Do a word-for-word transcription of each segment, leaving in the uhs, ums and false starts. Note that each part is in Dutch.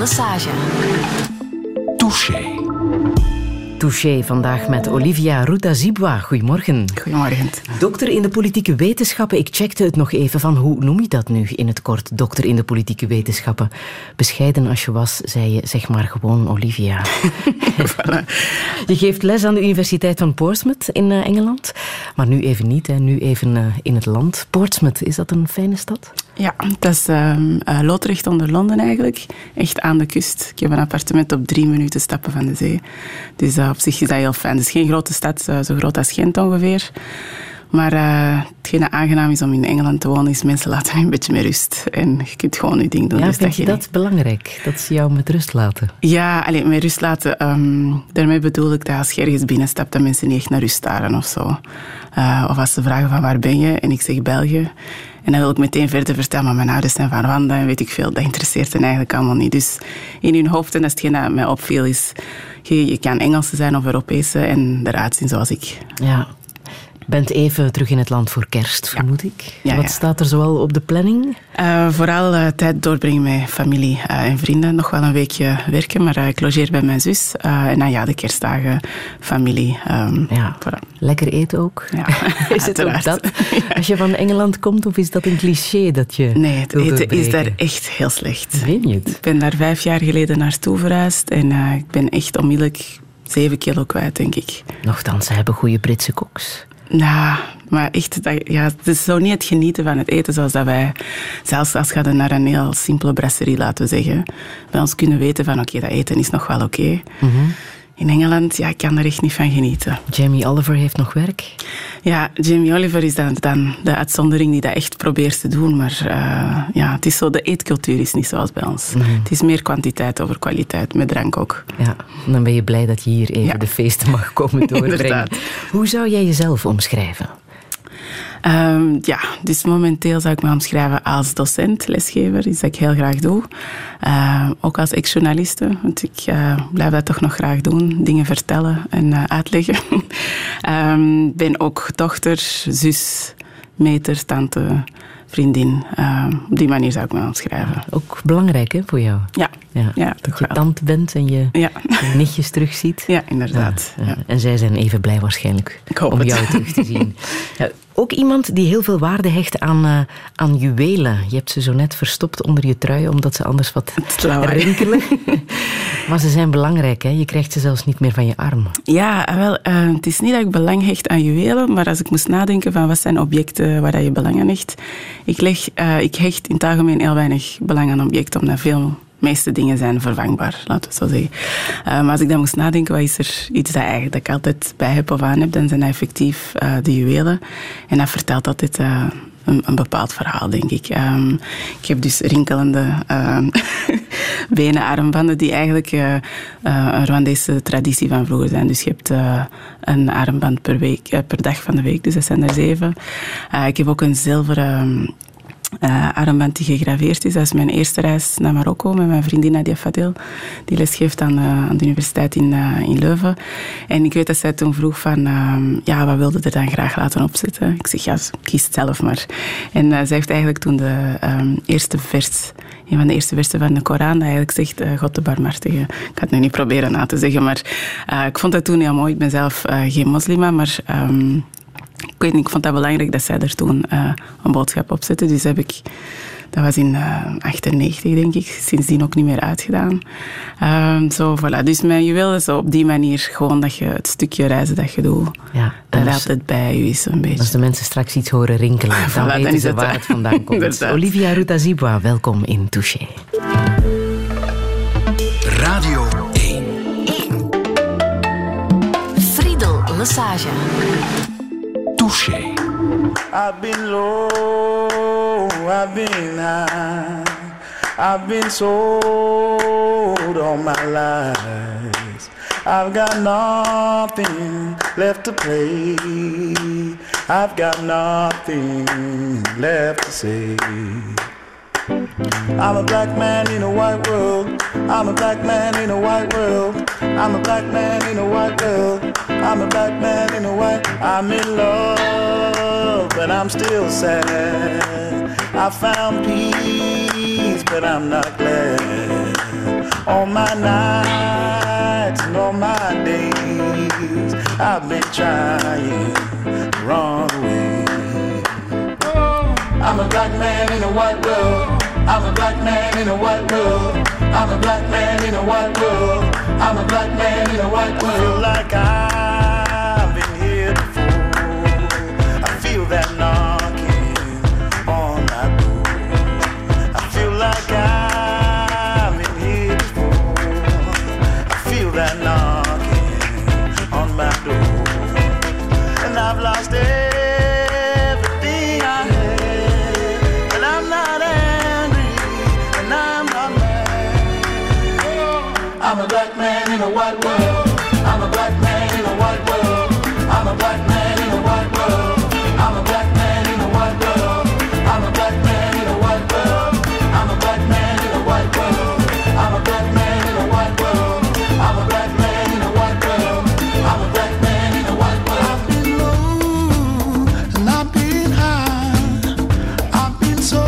Lesage. Touché. Touché vandaag met Olivia Rutazibwa. Goedemorgen. Goedemorgen. Dokter in de politieke wetenschappen. Ik checkte het nog even van hoe noem je dat nu in het kort? Dokter in de politieke wetenschappen. Bescheiden als je was, zei je zeg maar gewoon Olivia. Voilà. Je geeft les aan de Universiteit van Portsmouth in uh, Engeland. Maar nu even niet, hè. Nu even uh, in het land. Portsmouth, is dat een fijne stad? Ja, dat is uh, uh, loodrecht onder Londen eigenlijk. Echt aan de kust. Ik heb een appartement op drie minuten stappen van de zee. Dus uh, op zich is dat heel fijn. Het is geen grote stad, uh, zo groot als Gent ongeveer. Maar uh, hetgeen dat aangenaam is om in Engeland te wonen, is mensen laten je een beetje met rust. En je kunt gewoon je ding doen. Ja, dus vind dat je je dat niet... belangrijk? Dat ze jou met rust laten? Ja, alleen met rust laten. Um, daarmee bedoel ik dat als je ergens binnenstapt, dat mensen niet echt naar rust staren of zo. Uh, of als ze vragen van waar ben je? En ik zeg België. En dan wil ik meteen verder vertellen, maar mijn ouders zijn van Rwanda en weet ik veel. Dat interesseert hen eigenlijk allemaal niet. Dus in hun hoofd, en dat is hetgeen dat mij opviel, is je, je kan Engelse zijn of Europese en eruit zien zoals ik. Ja. Je bent even terug in het land voor kerst, vermoed ja. ik. Ja, Wat ja. staat er zoal op de planning? Uh, vooral uh, tijd doorbrengen met familie uh, en vrienden. Nog wel een weekje werken, maar uh, ik logeer bij mijn zus. Uh, en dan ja, de kerstdagen, familie. Um, ja. voilà. Lekker eten ook? Ja, is het ook dat? Ja. Als je van Engeland komt, of is dat een cliché dat je Nee, het eten doorbreken? is daar echt heel slecht. Weet je het? Ik ben daar vijf jaar geleden naartoe verhuisd en uh, ik ben echt onmiddellijk zeven kilo kwijt, denk ik. Nochtans, ze hebben goede Britse koks. Nou, maar echt, dat, ja, het is zo niet het genieten van het eten zoals dat wij, zelfs als je naar een heel simpele brasserie, laten we zeggen, bij ons kunnen weten van oké, okay, dat eten is nog wel oké. Okay. Mm-hmm. In Engeland, ja, ik kan er echt niet van genieten. Jamie Oliver heeft nog werk? Ja, Jamie Oliver is dan, dan de uitzondering die dat echt probeert te doen. Maar uh, ja, het is zo, de eetcultuur is niet zoals bij ons. Mm. Het is meer kwantiteit over kwaliteit, met drank ook. Ja, dan ben je blij dat je hier even ja. de feesten mag komen doorbrengen. Hoe zou jij jezelf omschrijven? Um, ja, dus momenteel zou ik me omschrijven als docent, lesgever, iets dat ik heel graag doe. Uh, ook als ex-journaliste, want ik uh, blijf dat toch nog graag doen, dingen vertellen en uh, uitleggen. um, ben ook dochter, zus, meter, tante, vriendin. Uh, op die manier zou ik me omschrijven. Ook belangrijk, hè, voor jou? Ja. Ja, ja dat je wel. tante bent en je, ja. je nichtjes terugziet. Ja, inderdaad. Ja, ja. Ja. En zij zijn even blij waarschijnlijk om het. jou terug te zien. Ja, ook iemand die heel veel waarde hecht aan, uh, aan juwelen. Je hebt ze zo net verstopt onder je trui, omdat ze anders wat rinkelen. Maar ze zijn belangrijk, hè? Je krijgt ze zelfs niet meer van je arm. Ja, wel, uh, het is niet dat ik belang hecht aan juwelen, maar als ik moest nadenken van wat zijn objecten waar je belang aan hecht. Ik, leg, uh, ik hecht in het algemeen heel weinig belang aan objecten, omdat veel... De meeste dingen zijn vervangbaar, laten we het zo zeggen. Uh, maar als ik dan moest nadenken, wat is er iets dat, eigenlijk, dat ik altijd bij heb of aan heb, dan zijn dat effectief uh, de juwelen. En dat vertelt altijd uh, een, een bepaald verhaal, denk ik. Um, ik heb dus rinkelende uh, benen, armbanden, die eigenlijk uh, uh, een Rwandese traditie van vroeger zijn. Dus je hebt uh, een armband per, week, uh, per dag van de week, dus dat zijn er zeven. Uh, ik heb ook een zilveren... Uh, armband die gegraveerd is. Dat is mijn eerste reis naar Marokko met mijn vriendin Nadia Fadel, die lesgeeft aan, uh, aan de universiteit in, uh, in Leuven. En ik weet dat zij toen vroeg van, uh, ja, wat wilde er dan graag laten opzetten? Ik zeg, ja, kies het zelf maar. En uh, zij heeft eigenlijk toen de um, eerste vers, een van de eerste versen van de Koran, dat eigenlijk zegt, uh, God de barmhartige. Ik ga het nu niet proberen na te zeggen, maar uh, ik vond dat toen heel mooi. Ik ben zelf uh, geen moslima, maar... Um, Ik weet niet, ik vond dat belangrijk dat zij er toen uh, een boodschap op zette. Dus heb ik, dat was in uh, achtennegentig, denk ik, sindsdien ook niet meer uitgedaan. Uh, zo, voilà. Dus mijn juweel is op die manier gewoon dat je het stukje reizen dat je doet, ja, dat als, altijd bij je is een beetje. Als de mensen straks iets horen rinkelen, dan voilà, weten dan ze waar het vandaan komt. Olivia Rutazibwa, welkom in Touché. Radio één. Friedel Lesage. Touché. I've been low, I've been high, I've been sold all my life. I've got nothing left to play. I've got nothing left to say. I'm a black man in a white world. I'm a black man in a white world. I'm a black man in a white world. I'm a black man in a white. I'm in love, but I'm still sad. I found peace, but I'm not glad. all my nights and all my days. I've been trying to run away. I'm a black man in a white world. I'm a black man in a white world. I'm a black man in a white world. I'm a black man in a white world. I feel like I've been here before. I feel that knocking on my door. I feel like I've been here before. I feel that knocking on my door. And I've lost it. I'm a black man in a white world. I'm a black man in a white world. I'm a black man in a white world. I'm a black man in a white world. I'm a black man in a white world. I'm a black man in a white world. I'm a black man in a white world. I'm a black man in a white world. I'm a black man in a white world. I've been low and I've been high. I've been so.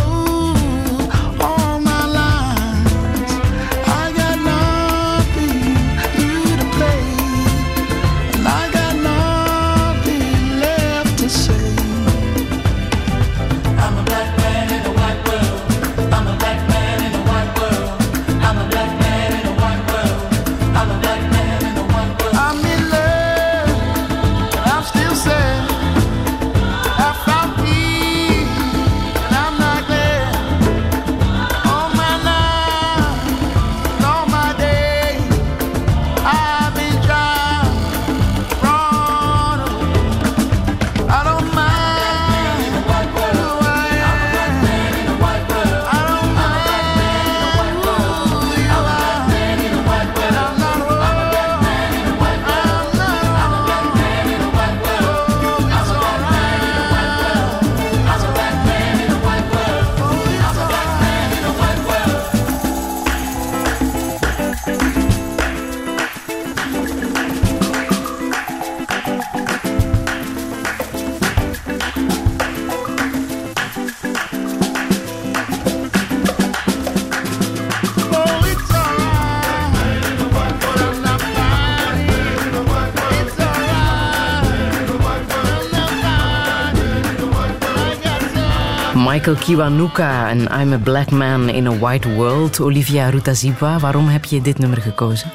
Michael Kiwanuka en I'm a Black Man in a White World. Olivia Rutazibwa, waarom heb je dit nummer gekozen?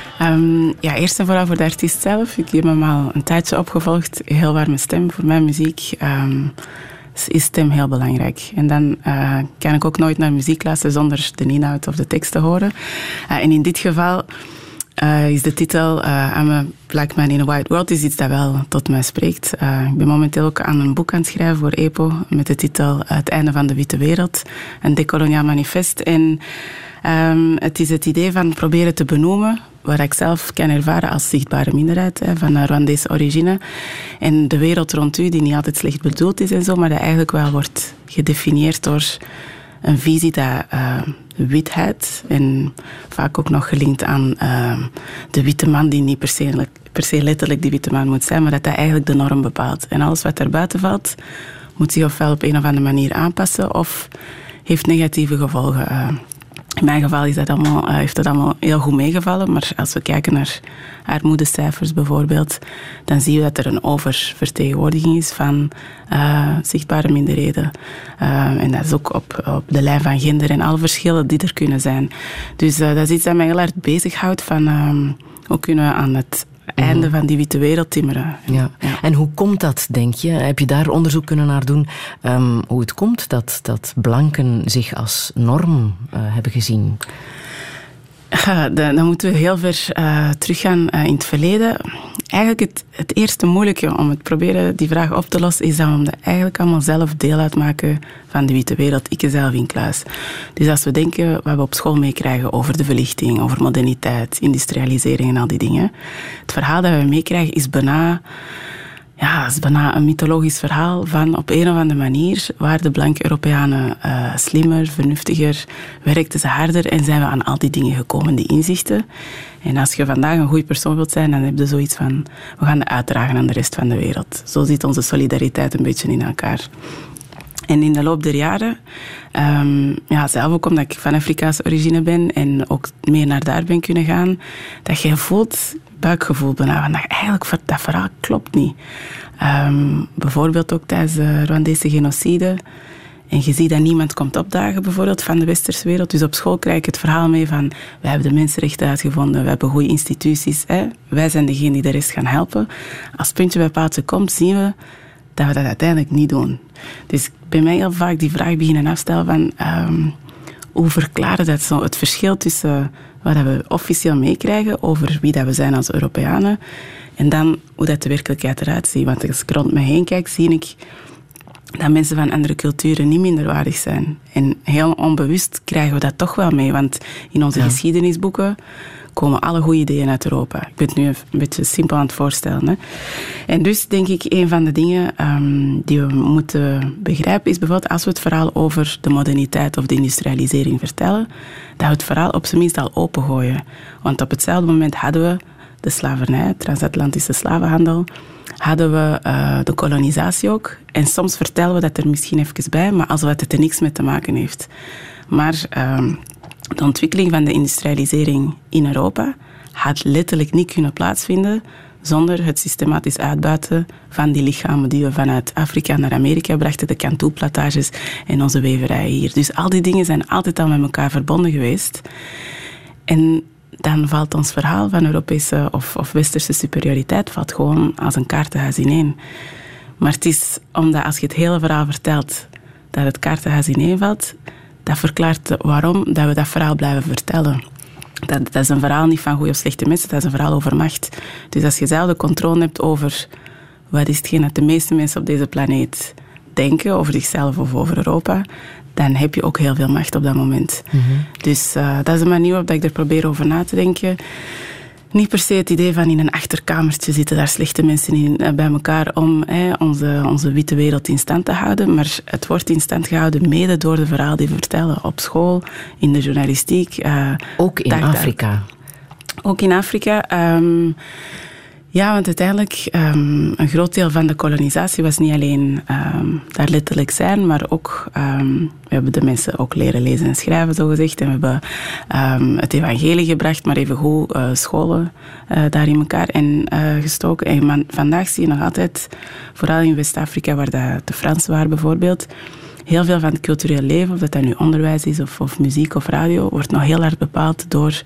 Um, ja, eerst en vooral voor de artiest zelf. Ik heb hem al een tijdje opgevolgd. Heel warme stem voor mijn muziek. Um, is stem heel belangrijk. En dan uh, kan ik ook nooit naar muziek luisteren zonder de inhoud of de tekst te horen. Uh, en in dit geval uh, is de titel uh, I'm a Black Man in a White World is iets dat wel tot mij spreekt. Uh, ik ben momenteel ook aan een boek aan het schrijven voor E P O met de titel Het einde van de witte wereld. Een decoloniaal manifest. En um, het is het idee van proberen te benoemen waar ik zelf kan ervaren als zichtbare minderheid, hè, van Rwandese origine. En de wereld rond u, die niet altijd slecht bedoeld is en zo, maar dat eigenlijk wel wordt gedefinieerd door een visie dat uh, witheid, en vaak ook nog gelinkt aan uh, de witte man, die niet per se, per se letterlijk die witte man moet zijn, maar dat dat eigenlijk de norm bepaalt. En alles wat daarbuiten valt, moet zich ofwel op een of andere manier aanpassen, of heeft negatieve gevolgen. Uh, In mijn geval is dat allemaal, uh, heeft dat allemaal heel goed meegevallen. Maar als we kijken naar armoedecijfers bijvoorbeeld, dan zien we dat er een oververtegenwoordiging is van uh, zichtbare minderheden. Uh, en dat is ook op, op de lijn van gender en alle verschillen die er kunnen zijn. Dus uh, dat is iets dat mij heel hard bezighoudt van uh, hoe kunnen we aan het einde van die witte wereld timmeren. Ja. Ja. En hoe komt dat, denk je? Heb je daar onderzoek kunnen naar doen? Um, hoe het komt dat, dat blanken zich als norm uh, hebben gezien? Ja, dan moeten we heel ver uh, teruggaan uh, in het verleden. Eigenlijk het, het eerste moeilijke om het proberen die vraag op te lossen, is dat we eigenlijk allemaal zelf deel uitmaken van de witte wereld, ik zelf incluis. Dus als we denken wat we op school meekrijgen over de verlichting, over moderniteit, industrialisering en al die dingen, het verhaal dat we meekrijgen is bijna, ja, is bijna een mythologisch verhaal van op een of andere manier waren de blanke Europeanen uh, slimmer, vernuftiger, werkten ze harder en zijn we aan al die dingen gekomen, die inzichten. En als je vandaag een goede persoon wilt zijn, dan heb je zoiets van, we gaan dat uitdragen aan de rest van de wereld. Zo zit onze solidariteit een beetje in elkaar. En in de loop der jaren, um, ja, zelf ook omdat ik van Afrikaanse origine ben en ook meer naar daar ben kunnen gaan, dat je voelt, buikgevoel bijna, van dat eigenlijk dat verhaal klopt niet. Um, bijvoorbeeld ook tijdens de Rwandese genocide. En je ziet dat niemand komt opdagen, bijvoorbeeld, van de westerse wereld. Dus op school krijg ik het verhaal mee van, wij hebben de mensenrechten uitgevonden, we hebben goede instituties, hè? Wij zijn degene die de rest gaan helpen. Als het puntje bij paaltje komt, zien we dat we dat uiteindelijk niet doen. Dus ik ben mij heel vaak die vraag beginnen afstellen van, um, hoe verklaren dat zo? Het verschil tussen wat we officieel meekrijgen over wie dat we zijn als Europeanen en dan hoe dat de werkelijkheid eruit ziet. Want als ik rond me heen kijk, zie ik dat mensen van andere culturen niet minderwaardig zijn. En heel onbewust krijgen we dat toch wel mee, want in onze ja. geschiedenisboeken komen alle goede ideeën uit Europa. Ik ben het nu een beetje simpel aan het voorstellen. Hè. En dus denk ik, een van de dingen um, die we moeten begrijpen is bijvoorbeeld als we het verhaal over de moderniteit of de industrialisering vertellen, dat we het verhaal op zijn minst al opengooien. Want op hetzelfde moment hadden we de slavernij, transatlantische slavenhandel, hadden we uh, de kolonisatie ook. En soms vertellen we dat er misschien even bij, maar alsof het er niks mee te maken heeft. Maar uh, de ontwikkeling van de industrialisering in Europa had letterlijk niet kunnen plaatsvinden zonder het systematisch uitbuiten van die lichamen die we vanuit Afrika naar Amerika brachten, de Cantu-plantages en onze weverijen hier. Dus al die dingen zijn altijd al met elkaar verbonden geweest. En dan valt ons verhaal van Europese of, of westerse superioriteit valt gewoon als een kaartenhuis ineen. Maar het is omdat als je het hele verhaal vertelt dat het kaartenhuis ineenvalt, dat verklaart waarom dat we dat verhaal blijven vertellen. Dat, dat is een verhaal niet van goede of slechte mensen, dat is een verhaal over macht. Dus als je zelf de controle hebt over wat is hetgeen dat de meeste mensen op deze planeet denken over zichzelf of over Europa, dan heb je ook heel veel macht op dat moment. Mm-hmm. Dus uh, dat is een manier waarop ik er probeer over na te denken. Niet per se het idee van in een achterkamertje zitten daar slechte mensen in, uh, bij elkaar om eh, onze, onze witte wereld in stand te houden, maar het wordt in stand gehouden mede door de verhalen die we vertellen op school, in de journalistiek. Uh, ook in Afrika. Ook in Afrika. Um, Ja, want uiteindelijk, um, een groot deel van de kolonisatie was niet alleen um, daar letterlijk zijn, maar ook, um, we hebben de mensen ook leren lezen en schrijven, zogezegd. En we hebben um, het evangelie gebracht, maar evengoed uh, scholen uh, daar in elkaar en, uh, gestoken. En man, vandaag zie je nog altijd, vooral in West-Afrika, waar de, de Fransen waren bijvoorbeeld, heel veel van het cultureel leven, of dat dat nu onderwijs is, of, of muziek of radio, wordt nog heel hard bepaald door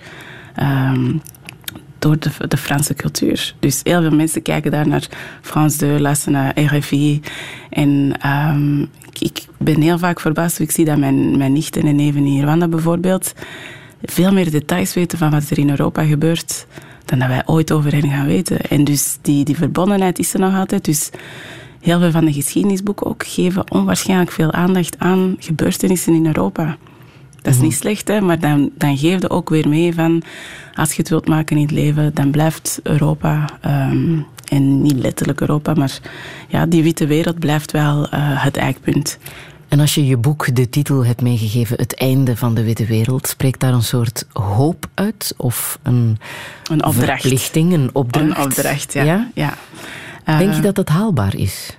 Um, door de, de Franse cultuur. Dus heel veel mensen kijken daar naar France deux, luisteren naar R F I. En um, ik, ik ben heel vaak verbaasd hoe ik zie dat mijn, mijn nichten en neven in Rwanda bijvoorbeeld veel meer details weten van wat er in Europa gebeurt dan dat wij ooit over hen gaan weten. En dus die, die verbondenheid is er nog altijd. Dus heel veel van de geschiedenisboeken ook geven onwaarschijnlijk veel aandacht aan gebeurtenissen in Europa. Dat is niet slecht, hè, maar dan, dan geef je ook weer mee van, als je het wilt maken in het leven, dan blijft Europa, um, en niet letterlijk Europa, maar ja, die witte wereld blijft wel uh, het eikpunt. En als je je boek de titel hebt meegegeven, Het einde van de witte wereld, spreekt daar een soort hoop uit? Of een, een opdracht. verplichting, een opdracht? Een opdracht, ja. ja? ja. Uh, Denk je dat dat haalbaar is?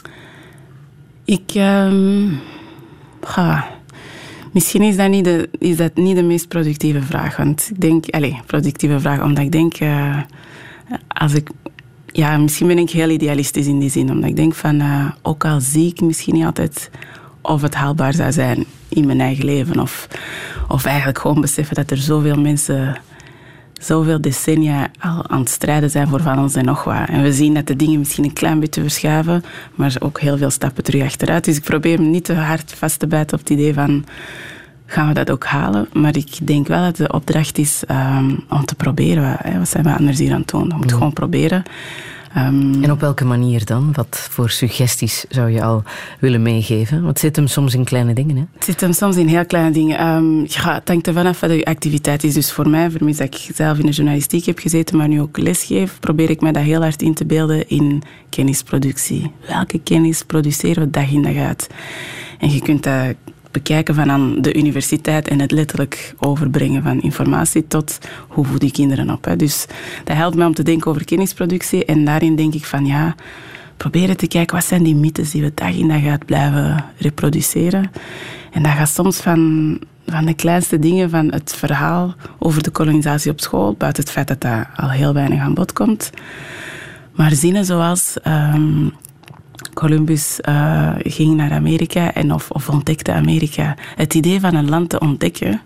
Ik... Um, ga... Misschien is dat, niet de, is dat niet de meest productieve vraag. Want ik denk... Allez, productieve vraag, omdat ik denk... Uh, als ik... Ja, misschien ben ik heel idealistisch in die zin. Omdat ik denk van... Uh, ook al zie ik misschien niet altijd of het haalbaar zou zijn in mijn eigen leven. Of, of eigenlijk gewoon beseffen dat er zoveel mensen... zoveel decennia al aan het strijden zijn voor van alles en nog wat. En we zien dat de dingen misschien een klein beetje verschuiven, maar ook heel veel stappen terug achteruit. Dus ik probeer me niet te hard vast te bijten op het idee van, gaan we dat ook halen? Maar ik denk wel dat de opdracht is um, om te proberen. Wat, hè, wat zijn we anders hier aan het doen? We moeten mm. gewoon proberen. Um, en op welke manier dan? Wat voor suggesties zou je al willen meegeven? Want het zit hem soms in kleine dingen, hè? Het zit hem soms in heel kleine dingen. Um, ja, het hangt ervan af wat je activiteit is. Dus voor mij, vermis dat ik zelf in de journalistiek heb gezeten, maar nu ook lesgeef, probeer ik mij dat heel hard in te beelden in kennisproductie. Welke kennis produceren we dag in dag uit? En je kunt dat bekijken van aan de universiteit en het letterlijk overbrengen van informatie tot hoe voed die kinderen op. Hè. Dus dat helpt mij om te denken over kennisproductie en daarin denk ik van ja, proberen te kijken wat zijn die mythes die we dag in dag uit blijven reproduceren. En dat gaat soms van, van de kleinste dingen, van het verhaal over de kolonisatie op school, buiten het feit dat dat al heel weinig aan bod komt. Maar zinnen zoals um, Columbus uh, ging naar Amerika en of, of ontdekte Amerika. Het idee van een land te ontdekken.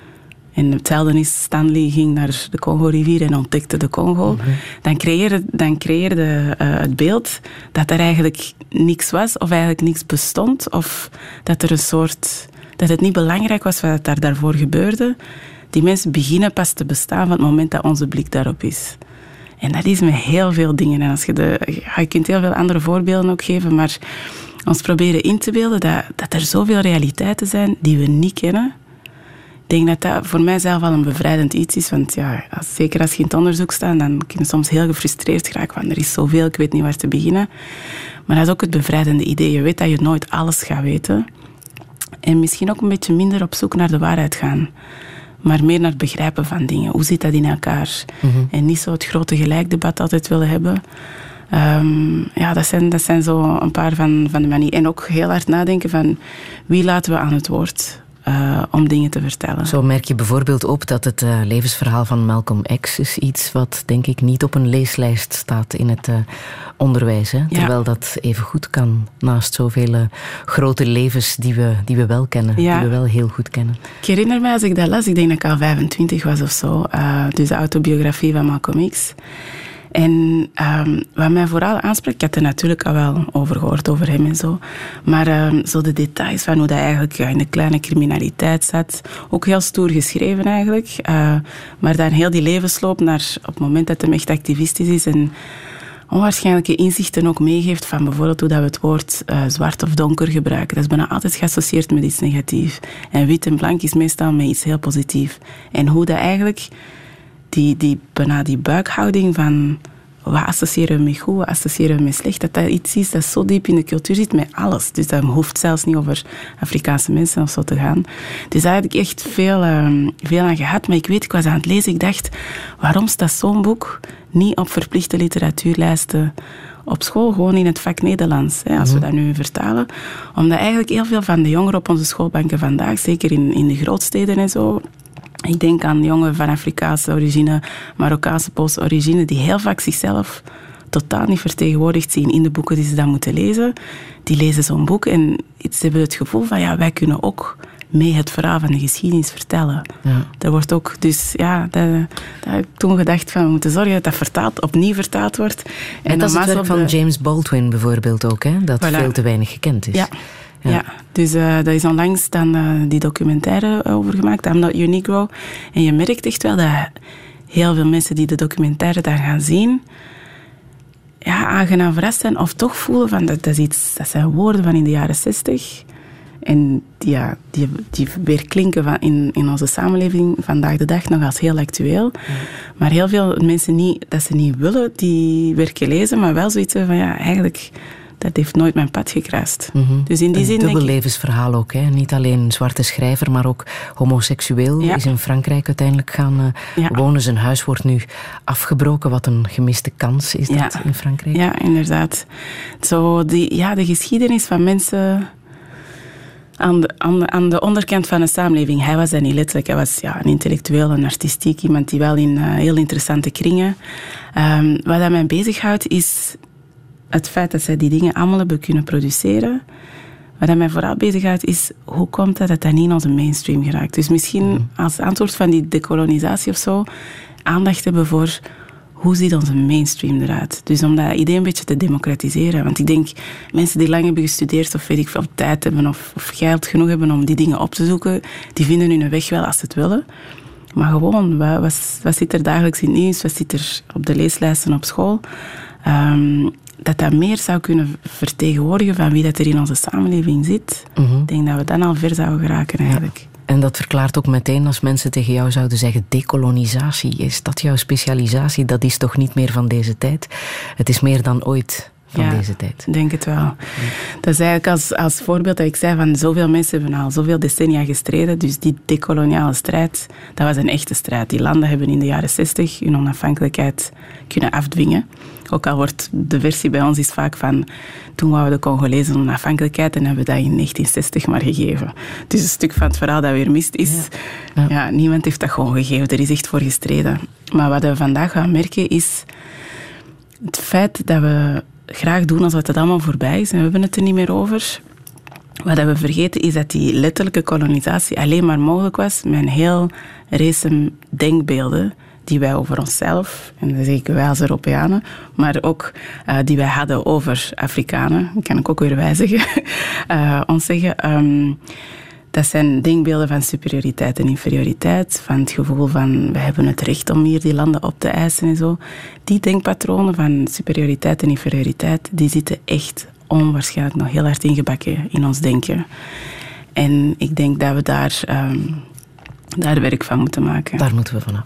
En hetzelfde is, Stanley ging naar de Congo-rivier en ontdekte de Congo. Mm-hmm. Dan creëerde, dan creëerde uh, het beeld dat er eigenlijk niks was, of eigenlijk niks bestond, of dat er een soort, dat het niet belangrijk was wat daar daarvoor gebeurde. Die mensen beginnen pas te bestaan van het moment dat onze blik daarop is. En dat is met heel veel dingen. En als je, de, ja, je kunt heel veel andere voorbeelden ook geven, maar ons proberen in te beelden dat, dat er zoveel realiteiten zijn die we niet kennen. Ik denk dat dat voor mijzelf al een bevrijdend iets is. Want ja, als, zeker als je in het onderzoek staat, dan kun je soms heel gefrustreerd geraken. Want er is zoveel, ik weet niet waar te beginnen. Maar dat is ook het bevrijdende idee. Je weet dat je nooit alles gaat weten. En misschien ook een beetje minder op zoek naar de waarheid gaan. Maar meer naar het begrijpen van dingen. Hoe zit dat in elkaar? Mm-hmm. En niet zo het grote gelijkdebat altijd willen hebben. Um, ja, dat zijn, dat zijn zo een paar van, van de manieren. En ook heel hard nadenken van wie laten we aan het woord uh, om dingen te vertellen. Zo merk je bijvoorbeeld op dat het uh, levensverhaal van Malcolm X is iets wat denk ik niet op een leeslijst staat in het uh, onderwijs. Hè? Ja. Terwijl dat even goed kan naast zoveel uh, grote levens die we, die we wel kennen. Ja. Die we wel heel goed kennen. Ik herinner me als ik dat las, ik denk dat ik al vijfentwintig was of zo. Uh, dus de autobiografie van Malcolm X. En um, wat mij vooral aanspreekt, ik had er natuurlijk al wel over gehoord, over hem en zo, maar um, zo de details van hoe dat eigenlijk ja, in de kleine criminaliteit zat, ook heel stoer geschreven eigenlijk, uh, maar dan heel die levensloop naar op het moment dat hij echt activistisch is en onwaarschijnlijke inzichten ook meegeeft van bijvoorbeeld hoe dat we het woord uh, zwart of donker gebruiken. Dat is bijna altijd geassocieerd met iets negatiefs. En wit en blank is meestal met iets heel positiefs. En hoe dat eigenlijk die, die, bijna die buikhouding van wat associëren we met goed, wat associëren we met slecht, dat dat iets is dat zo diep in de cultuur zit met alles. Dus dat hoeft zelfs niet over Afrikaanse mensen of zo te gaan. Dus daar heb ik echt veel, um, veel aan gehad. Maar ik weet, ik was aan het lezen, ik dacht, waarom staat zo'n boek niet op verplichte literatuurlijsten op school, gewoon in het vak Nederlands, hè, als we dat nu vertalen. Omdat eigenlijk heel veel van de jongeren op onze schoolbanken vandaag, zeker in, in de grootsteden en zo, ik denk aan jongeren van Afrikaanse origine, Marokkaanse, Poolse origine, die heel vaak zichzelf totaal niet vertegenwoordigd zien in de boeken die ze dan moeten lezen. Die lezen zo'n boek en ze hebben het gevoel van, ja, wij kunnen ook mee het verhaal van de geschiedenis vertellen. Ja. Dat wordt ook, dus ja, dat, dat heb ik toen gedacht van, we moeten zorgen dat dat vertaald, opnieuw vertaald wordt. En, en dat is het werk van de... James Baldwin bijvoorbeeld ook, hè? Dat voilà. veel te weinig gekend is. Ja. Ja. ja, dus uh, daar is onlangs dan uh, die documentaire over gemaakt, I'm Not Your Negro. En je merkt echt wel dat heel veel mensen die de documentaire dan gaan zien, ja, aangenaam verrast zijn of toch voelen van dat, dat, is iets, dat zijn woorden van in de jaren zestig. En die, ja, die, die weer klinken van in, in onze samenleving vandaag de dag nog als heel actueel. Ja. Maar heel veel mensen niet, dat ze niet willen die werken lezen, maar wel zoiets van ja, eigenlijk dat heeft nooit mijn pad gekruist. Mm-hmm. Dus in die een zin dubbel denk ik... levensverhaal ook. Hè? Niet alleen zwarte schrijver, maar ook homoseksueel. Ja. Is in Frankrijk uiteindelijk gaan uh, ja. wonen. Zijn huis wordt nu afgebroken. Wat een gemiste kans is dat ja. in Frankrijk. Ja, inderdaad. Zo die, ja, de geschiedenis van mensen aan de, aan, de, aan de onderkant van de samenleving. Hij was dat niet letterlijk. Hij was ja, een intellectueel, een artistiek. Iemand die wel in uh, heel interessante kringen. Um, wat dat mij bezighoudt is het feit dat zij die dingen allemaal hebben kunnen produceren. Wat mij vooral bezighoudt is, hoe komt het dat dat niet in onze mainstream geraakt? Dus misschien mm. als antwoord van die dekolonisatie of zo, aandacht hebben voor hoe ziet onze mainstream eruit? Dus om dat idee een beetje te democratiseren. Want ik denk, mensen die lang hebben gestudeerd of weet ik veel, tijd hebben of, of geld genoeg hebben om die dingen op te zoeken, die vinden hun weg wel als ze het willen. Maar gewoon, wat, wat, wat zit er dagelijks in het nieuws? Wat zit er op de leeslijsten op school? Um, dat dat meer zou kunnen vertegenwoordigen van wie dat er in onze samenleving zit. Mm-hmm. Ik denk dat we dan al ver zouden geraken eigenlijk. Ja. En dat verklaart ook meteen als mensen tegen jou zouden zeggen, dekolonisatie, is dat jouw specialisatie? Dat is toch niet meer van deze tijd? Het is meer dan ooit van ja, deze tijd. Ik denk het wel. Ja. Dat is eigenlijk als, als voorbeeld dat ik zei van zoveel mensen hebben al zoveel decennia gestreden. Dus die dekoloniale strijd, dat was een echte strijd. Die landen hebben in de jaren zestig hun onafhankelijkheid kunnen afdwingen. Ook al wordt de versie bij ons is vaak van... Toen wouden de Congolezen onafhankelijkheid en hebben we dat in negentien zestig maar gegeven. Dus een stuk van het verhaal dat weer mist is... Ja. Ja. Ja, niemand heeft dat gewoon gegeven. Er is echt voor gestreden. Maar wat we vandaag gaan merken is... Het feit dat we graag doen alsof het allemaal voorbij is... en we hebben het er niet meer over... Wat we vergeten is dat die letterlijke kolonisatie alleen maar mogelijk was met een heel race denkbeelden die wij over onszelf, en dat zeg ik wij als Europeanen, maar ook uh, die wij hadden over Afrikanen, dat kan ik ook weer wij zeggen, uh, ons zeggen. Um, dat zijn denkbeelden van superioriteit en inferioriteit, van het gevoel van we hebben het recht om hier die landen op te eisen en zo. Die denkpatronen van superioriteit en inferioriteit, die zitten echt onwaarschijnlijk nog heel hard ingebakken in ons denken. En ik denk dat we daar, um, daar werk van moeten maken. Daar moeten we vanaf.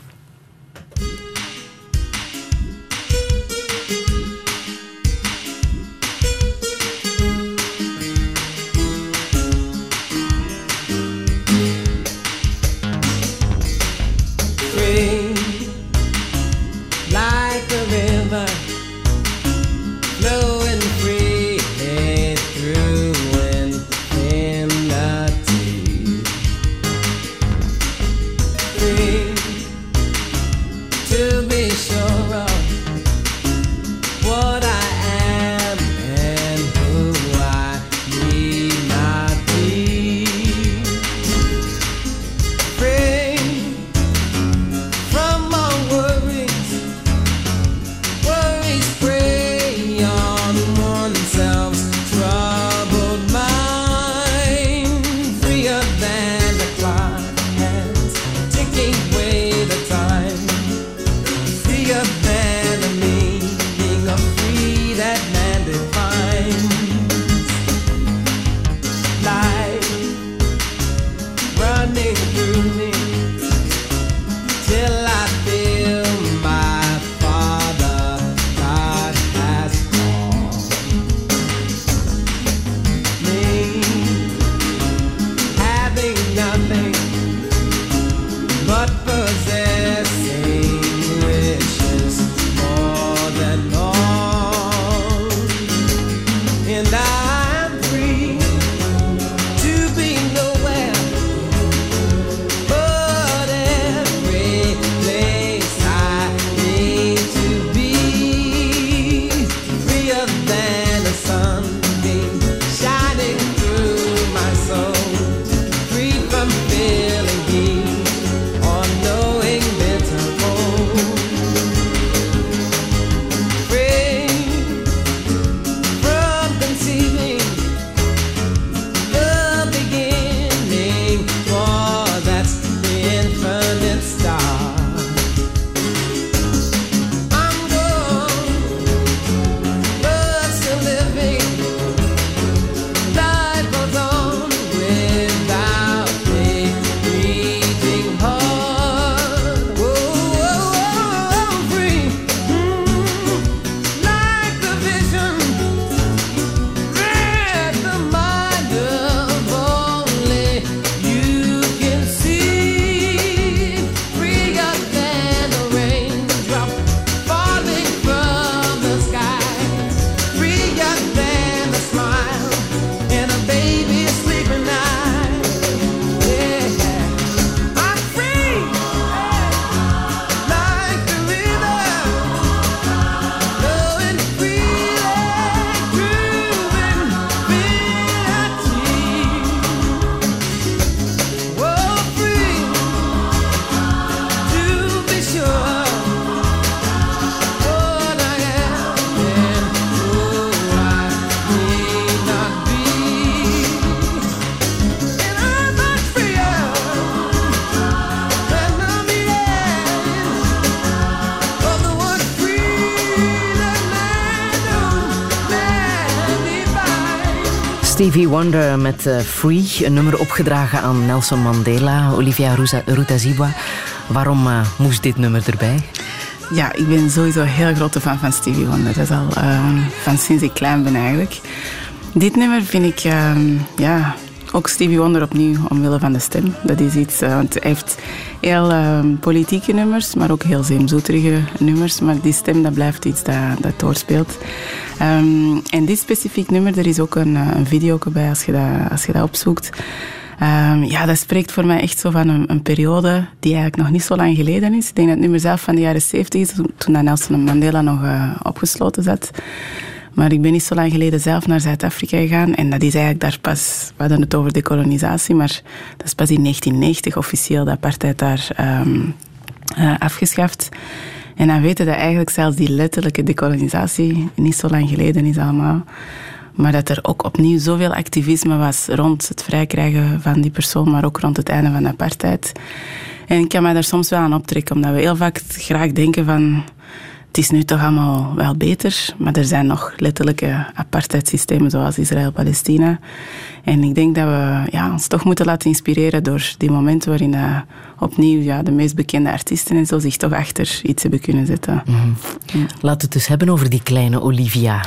Stevie Wonder met uh, Free, een nummer opgedragen aan Nelson Mandela, Olivia Rutazibwa. Waarom uh, moest dit nummer erbij? Ja, ik ben sowieso een heel grote fan van Stevie Wonder. Dat is al uh, van sinds ik klein ben eigenlijk. Dit nummer vind ik uh, ja, ook Stevie Wonder opnieuw, omwille van de stem. Dat is iets, uh, want hij heeft heel uh, politieke nummers, maar ook heel zeemzoeterige nummers. Maar die stem, dat blijft iets dat, dat doorspeelt. Um, en dit specifiek nummer, er is ook een, een video bij als je dat, als je dat opzoekt. Um, ja, dat spreekt voor mij echt zo van een, een periode die eigenlijk nog niet zo lang geleden is. Ik denk dat het nummer zelf van de jaren zeventig is, toen Nelson Mandela nog uh, opgesloten zat. Maar ik ben niet zo lang geleden zelf naar Zuid-Afrika gegaan. En dat is eigenlijk daar pas... We hadden het over dekolonisatie, maar dat is pas in negentien negentig officieel de apartheid daar um, uh, afgeschaft. En dan weten dat eigenlijk zelfs die letterlijke dekolonisatie niet zo lang geleden is allemaal. Maar dat er ook opnieuw zoveel activisme was rond het vrijkrijgen van die persoon, maar ook rond het einde van de apartheid. En ik kan mij daar soms wel aan optrekken, omdat we heel vaak graag denken van... Het is nu toch allemaal wel beter, maar er zijn nog letterlijke apartheidssystemen zoals Israël-Palestina. En ik denk dat we ja, ons toch moeten laten inspireren door die momenten waarin uh, opnieuw ja, de meest bekende artiesten en zo zich toch achter iets hebben kunnen zetten. Mm. Ja. Laten we het dus hebben over die kleine Olivia.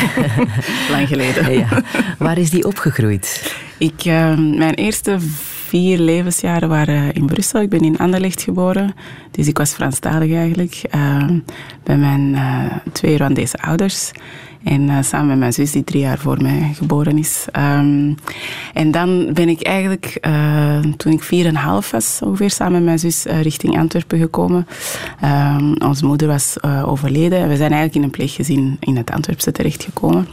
Lang geleden. Ja. Waar is die opgegroeid? Ik, uh, mijn eerste vier levensjaren waren in Brussel. Ik ben in Anderlecht geboren. Dus ik was Franstalig eigenlijk. Uh, bij mijn uh, twee Rwandese ouders. En uh, samen met mijn zus, die drie jaar voor mij geboren is. Um, en dan ben ik eigenlijk, uh, toen ik vier en half was, ongeveer samen met mijn zus, uh, richting Antwerpen gekomen. Um, onze moeder was uh, overleden. En we zijn eigenlijk in een pleeggezin in het Antwerpse terechtgekomen.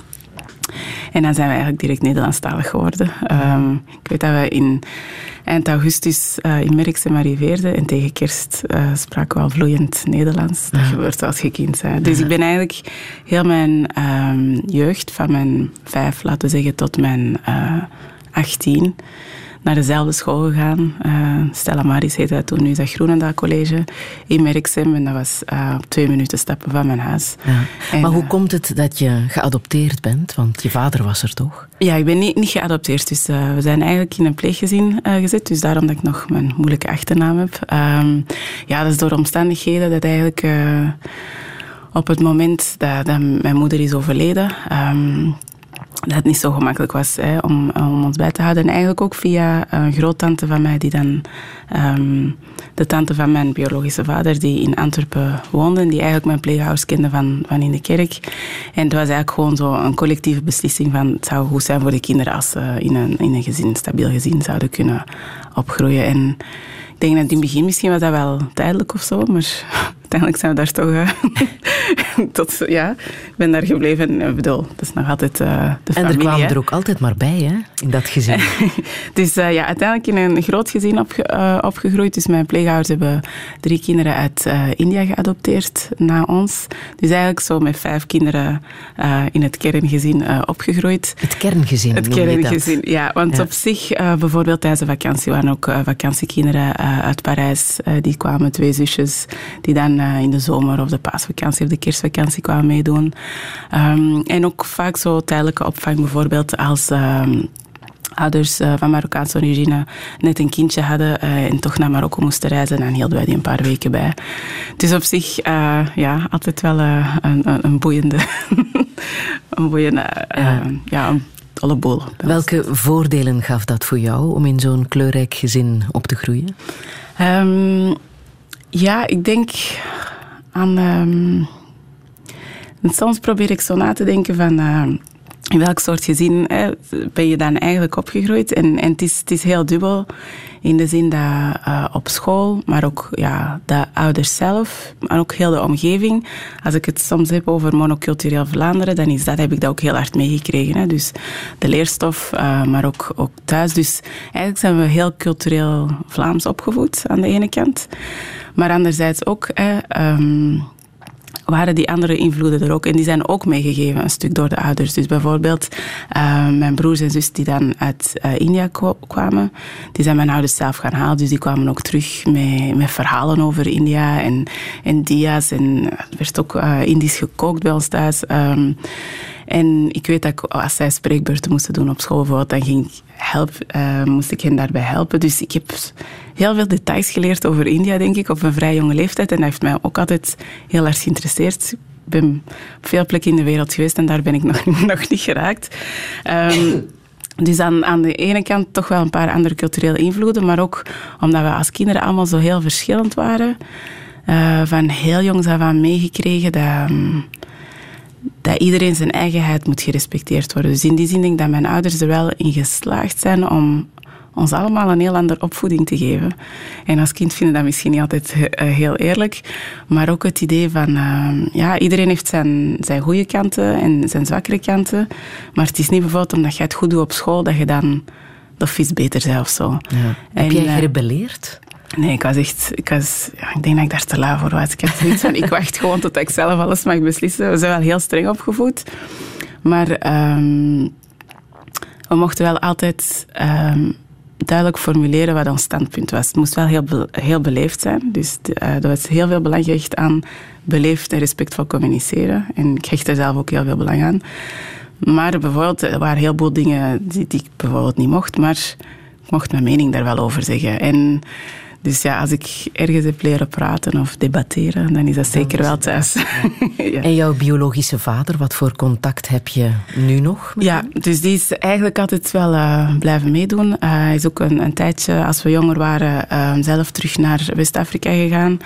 En dan zijn we eigenlijk direct Nederlandstalig geworden. Um, ik weet dat we in eind augustus uh, in Merksem arriveerden en tegen kerst uh, spraken we al vloeiend Nederlands. Dat ja. gebeurt als je kind bent. Dus ja. ik ben eigenlijk heel mijn um, jeugd, van mijn vijf, laten we zeggen, tot mijn uh, achttien... naar dezelfde school gegaan. Uh, Stella Maris heette dat toen, nu is dat Groenendaal College in Merksem. En dat was uh, op twee minuten stappen van mijn huis. Ja. En, maar hoe uh, komt het dat je geadopteerd bent? Want je vader was er toch? Ja, ik ben niet, niet geadopteerd. Dus uh, we zijn eigenlijk in een pleeggezin uh, gezet. Dus daarom dat ik nog mijn moeilijke achternaam heb. Um, ja, dat is door omstandigheden dat eigenlijk... Uh, op het moment dat, dat mijn moeder is overleden... Um, dat het niet zo gemakkelijk was hè, om, om ons bij te houden. En eigenlijk ook via een groottante van mij, die dan... Um, de tante van mijn biologische vader, die in Antwerpen woonde, en die eigenlijk mijn pleegouders kende van, van in de kerk. En het was eigenlijk gewoon zo een collectieve beslissing van... het zou goed zijn voor de kinderen als ze in een, in een gezin, een stabiel gezin zouden kunnen opgroeien. En ik denk dat in het begin misschien was dat wel tijdelijk of zo, maar uiteindelijk zijn we daar toch... Uh, tot, ja, ik ben daar gebleven. En ik bedoel, dat is nog altijd uh, de familie. En er kwamen hè. er ook altijd maar bij, hè, in dat gezin. Dus uh, ja, uiteindelijk in een groot gezin opge, uh, opgegroeid. Dus mijn pleegouders hebben drie kinderen uit uh, India geadopteerd na ons. Dus eigenlijk zo met vijf kinderen uh, in het kerngezin uh, opgegroeid. Het kerngezin, Het kerngezin, ja. Want ja. op zich, uh, bijvoorbeeld tijdens de vakantie, waren ook uh, vakantiekinderen uh, uit Parijs. Uh, die kwamen, twee zusjes, die dan uh, in de zomer of de paasvakantie of de kerstvakantie kwamen meedoen. Um, en ook vaak zo tijdelijke opvang, bijvoorbeeld als... Um, ouders uh, van Marokkaanse origine net een kindje hadden uh, en toch naar Marokko moesten reizen. En dan hielden wij die een paar weken bij. Dus op zich, uh, ja, altijd wel uh, een, een, een boeiende... een boeiende... Uh, ja. ja, een tolle boel. Welke voordelen gaf dat voor jou om in zo'n kleurrijk gezin op te groeien? Um, ja, ik denk aan... Um, soms probeer ik zo na te denken van... Uh, in welk soort gezin hè, ben je dan eigenlijk opgegroeid? En, en het, is, het is heel dubbel in de zin dat uh, op school, maar ook ja, de ouders zelf, maar ook heel de omgeving. Als ik het soms heb over monocultureel Vlaanderen, dan is dat, heb ik dat ook heel hard meegekregen. Hè. Dus de leerstof, uh, maar ook, ook thuis. Dus eigenlijk zijn we heel cultureel Vlaams opgevoed aan de ene kant. Maar anderzijds ook... Hè, um, waren die andere invloeden er ook. En die zijn ook meegegeven, een stuk door de ouders. Dus bijvoorbeeld uh, mijn broers en zus die dan uit uh, India kwamen, die zijn mijn ouders zelf gaan halen. Dus die kwamen ook terug met, met verhalen over India en, en dia's. En er werd ook uh, Indisch gekookt bij ons thuis. Um, en ik weet dat ik, als zij spreekbeurten moesten doen op school, bijvoorbeeld, dan ging ik help, uh, moest ik hen daarbij helpen. Dus ik heb heel veel details geleerd over India, denk ik, op een vrij jonge leeftijd. En dat heeft mij ook altijd heel erg geïnteresseerd. Ik ben op veel plekken in de wereld geweest en daar ben ik nog, nog niet geraakt. Um, Dus aan, aan de ene kant toch wel een paar andere culturele invloeden, maar ook omdat we als kinderen allemaal zo heel verschillend waren. Uh, van heel jongs af aan meegekregen dat, um, dat iedereen zijn eigenheid moet gerespecteerd worden. Dus in die zin denk ik dat mijn ouders er wel in geslaagd zijn om ons allemaal een heel andere opvoeding te geven. En als kind vinden dat misschien niet altijd heel eerlijk, maar ook het idee van, uh, ja, iedereen heeft zijn, zijn goede kanten en zijn zwakkere kanten, maar het is niet bijvoorbeeld omdat je het goed doet op school, dat je dan of vies beter bent of zo. Ja. Heb en, jij gerebelleerd? Nee, ik was echt... Ik, was, ja, ik denk dat ik daar te lui voor was. Ik had zoiets van, ik wacht gewoon tot ik zelf alles mag beslissen. We zijn wel heel streng opgevoed. Maar um, we mochten wel altijd um, duidelijk formuleren wat ons standpunt was. Het moest wel heel, be- heel beleefd zijn. Dus uh, er was heel veel belang gehecht aan beleefd en respectvol communiceren. En ik hecht er zelf ook heel veel belang aan. Maar bijvoorbeeld, er waren heel veel dingen die, die ik bijvoorbeeld niet mocht, maar ik mocht mijn mening daar wel over zeggen. En dus ja, als ik ergens heb leren praten of debatteren, dan is dat zeker wel thuis. Ja. Ja. En jouw biologische vader, wat voor contact heb je nu nog? Ja, dus die is eigenlijk altijd wel uh, blijven meedoen. Uh, hij is ook een, een tijdje, als we jonger waren, uh, zelf terug naar West-Afrika gegaan.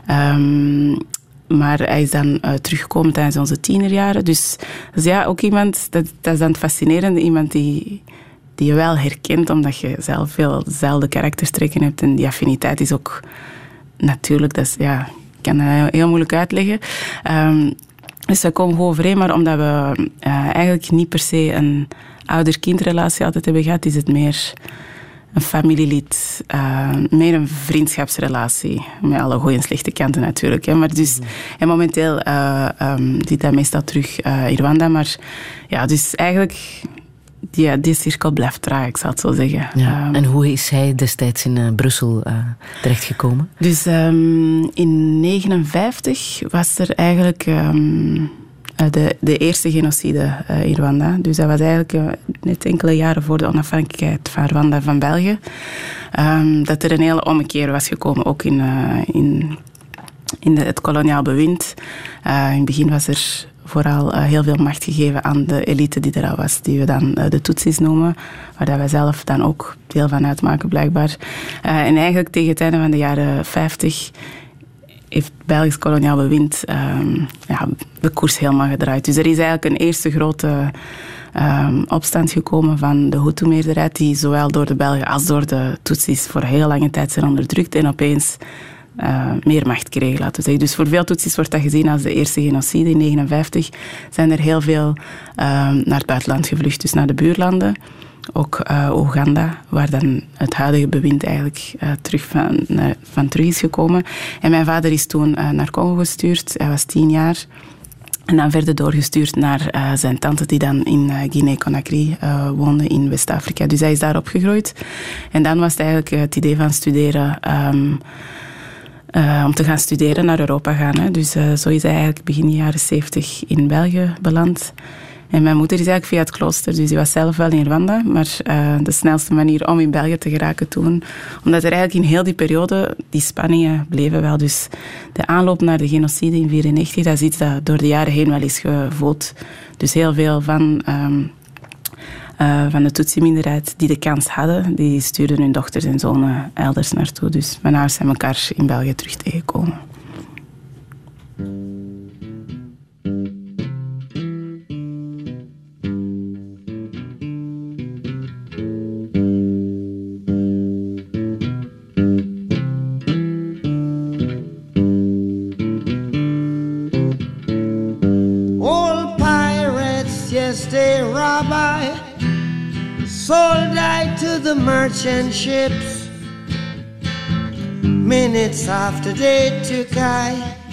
Um, Maar hij is dan uh, teruggekomen tijdens onze tienerjaren. Dus, dus ja, ook iemand, dat, dat is dan het fascinerende, iemand die, die je wel herkent, omdat je zelf veel dezelfde karaktertrekken hebt. En die affiniteit is ook natuurlijk, dat is, ja, ik kan dat heel moeilijk uitleggen. Um, dus we komen gewoon overeen, maar omdat we uh, eigenlijk niet per se een ouder-kindrelatie altijd hebben gehad, is het meer een familielid, uh, meer een vriendschapsrelatie. Met alle goede en slechte kanten natuurlijk. Hè. Maar dus, en momenteel uh, um, zit hij meestal terug uh, in Rwanda. Maar ja, dus eigenlijk, die, die cirkel blijft draaien, ik zal het zo zeggen. Ja. Um, en hoe is hij destijds in uh, Brussel uh, terechtgekomen? Dus um, in negentien negenenvijftig was er eigenlijk Um, De, de eerste genocide uh, in Rwanda. Dus dat was eigenlijk uh, net enkele jaren voor de onafhankelijkheid van Rwanda van België. Um, dat er een hele ommekeer was gekomen, ook in, uh, in, in de, het koloniaal bewind. Uh, in het begin was er vooral uh, heel veel macht gegeven aan de elite die er al was, die we dan uh, de Tutsis noemen, waar dat wij zelf dan ook deel van uitmaken, blijkbaar. Uh, en eigenlijk tegen het einde van de jaren vijftig heeft Belgisch koloniaal bewind um, ja, de koers helemaal gedraaid. Dus er is eigenlijk een eerste grote um, opstand gekomen van de Hutu-meerderheid, die zowel door de Belgen als door de Tutsis voor heel lange tijd zijn onderdrukt en opeens uh, meer macht kregen, laten we zeggen. Dus voor veel Tutsis wordt dat gezien als de eerste genocide. In negentien negenenvijftig zijn er heel veel um, naar het buitenland gevlucht, dus naar de buurlanden. Ook uh, Oeganda, waar dan het huidige bewind eigenlijk uh, terug van, uh, van terug is gekomen. En mijn vader is toen uh, naar Congo gestuurd. Hij was tien jaar. En dan verder doorgestuurd naar uh, zijn tante, die dan in uh, Guinea-Conakry uh, woonde in West-Afrika. Dus hij is daar opgegroeid. En dan was het eigenlijk uh, het idee van studeren, Um, Uh, om te gaan studeren, naar Europa gaan. Hè. Dus uh, zo is hij eigenlijk begin jaren zeventig in België beland. En mijn moeder is eigenlijk via het klooster, dus die was zelf wel in Rwanda, maar uh, de snelste manier om in België te geraken toen, omdat er eigenlijk in heel die periode, die spanningen bleven wel. Dus de aanloop naar de genocide in negentien vierennegentig, dat is iets dat door de jaren heen wel is gevoeld. Dus heel veel van, um, uh, van de Tutsi-minderheid die de kans hadden, die stuurden hun dochters en zonen elders naartoe. Dus mijn ouders zijn elkaar in België terug tegengekomen. Sold I to the merchant ships. Minutes after they took I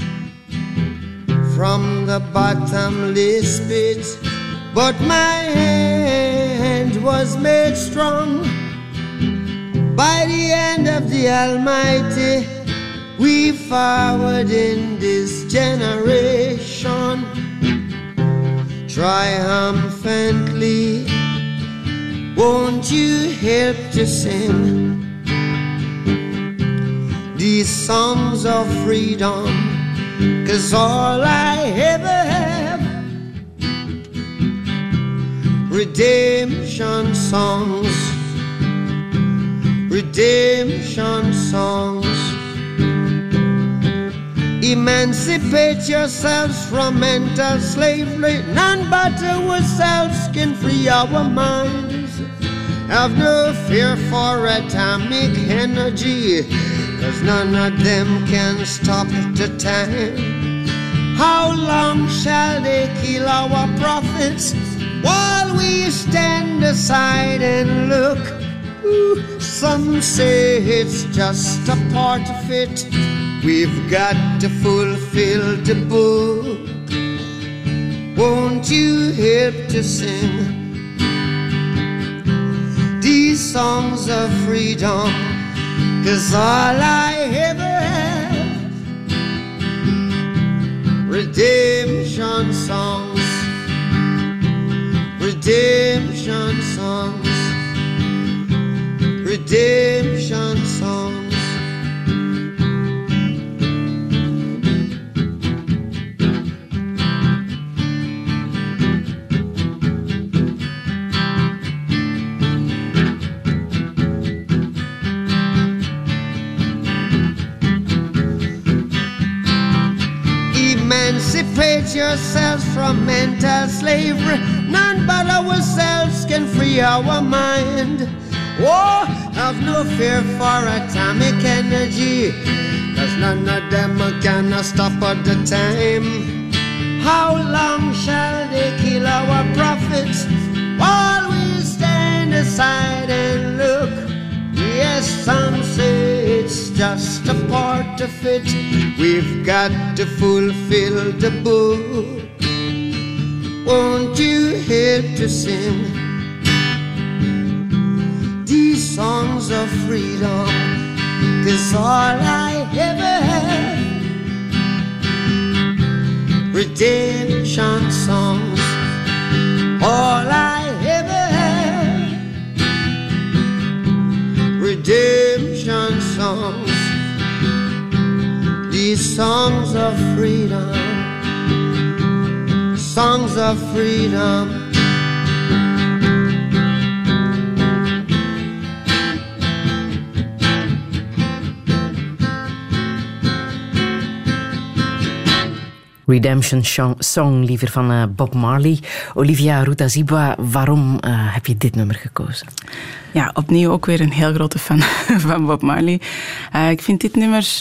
from the bottomless pit, but my hand was made strong by the hand of the Almighty. We forward in this generation triumphantly. Won't you help to sing these songs of freedom? 'Cause all I ever have, redemption redemption songs, redemption songs. Emancipate yourselves from mental slavery. None but ourselves can free our minds. Have no fear for atomic energy, 'cause none of them can stop the time. How long shall they kill our prophets while we stand aside and look? Ooh, some say it's just a part of it. We've got to fulfill the book. Won't you help to sing these songs of freedom? 'Cause all I ever have, redemption songs, redemption songs, redemption songs. Emancipate yourselves from mental slavery. None but ourselves can free our mind. Oh, have no fear for atomic energy, 'cause none of them can stop at the time. How long shall they kill our prophets while we stand aside and look? Yes, some say it's just a part of it. We've got to fulfill the book. Won't you help to sing these songs of freedom? 'Cause all I ever have, redemption songs. All I ever have, redemption songs. These songs of freedom, songs of freedom. Redemption Song, liever van uh, Bob Marley. Olivia Rutazibwa, waarom uh, heb je dit nummer gekozen? Ja, opnieuw ook weer een heel grote fan van Bob Marley. Uh, ik vind dit nummer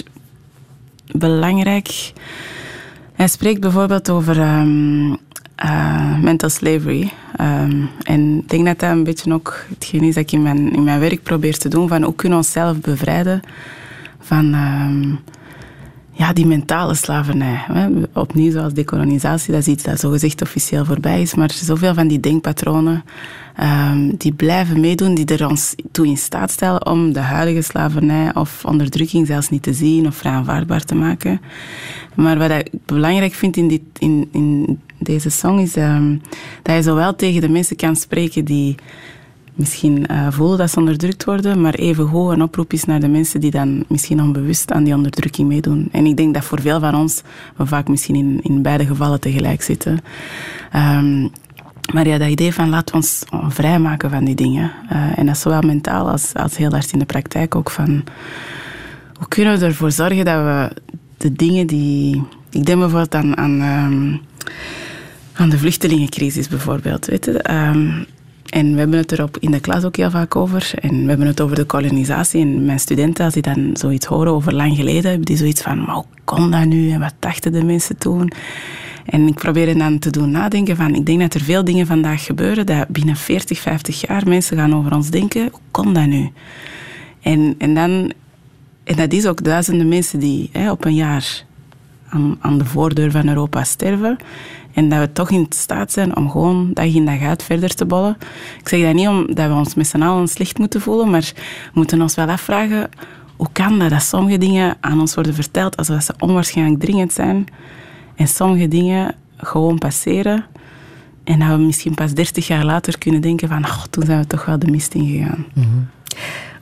belangrijk. Hij spreekt bijvoorbeeld over um, uh, mental slavery. Um, en ik denk dat dat een beetje ook hetgeen is dat ik in mijn, in mijn werk probeer te doen. Van hoe kunnen we onszelf bevrijden van um, ja, die mentale slavernij. Hè. Opnieuw zoals dekolonisatie, dat is iets dat zogezegd officieel voorbij is. Maar zoveel van die denkpatronen um, die blijven meedoen, die er ons toe in staat stellen om de huidige slavernij of onderdrukking zelfs niet te zien of vrij aanvaardbaar te maken. Maar wat ik belangrijk vind in, dit, in, in deze song is um, dat je zowel tegen de mensen kan spreken die misschien uh, voelen dat ze onderdrukt worden, maar evengoed een oproep is naar de mensen die dan misschien onbewust aan die onderdrukking meedoen. En ik denk dat voor veel van ons we vaak misschien in, in beide gevallen tegelijk zitten. Um, maar ja, dat idee van laten we ons vrijmaken van die dingen. Uh, en dat is zowel mentaal als, als heel hard in de praktijk ook van hoe kunnen we ervoor zorgen dat we de dingen die... Ik denk bijvoorbeeld aan, aan, um, aan de vluchtelingencrisis bijvoorbeeld, weet je. Um, En we hebben het er op in de klas ook heel vaak over. En we hebben het over de kolonisatie. En mijn studenten, als die dan zoiets horen over lang geleden, hebben die zoiets van, maar hoe kon dat nu? En wat dachten de mensen toen? En ik probeer hen dan te doen nadenken van, ik denk dat er veel dingen vandaag gebeuren, dat binnen veertig, vijftig jaar mensen gaan over ons denken, hoe kon dat nu? En, en, dan, en dat is ook duizenden mensen die hè, op een jaar aan, aan de voordeur van Europa sterven. En dat we toch in staat zijn om gewoon dag in dag uit verder te bollen. Ik zeg dat niet omdat we ons met z'n allen slecht moeten voelen, maar we moeten ons wel afvragen, hoe kan dat dat sommige dingen aan ons worden verteld alsof ze onwaarschijnlijk dringend zijn en sommige dingen gewoon passeren en dat we misschien pas dertig jaar later kunnen denken van, oh, toen zijn we toch wel de mist ingegaan. Mm-hmm.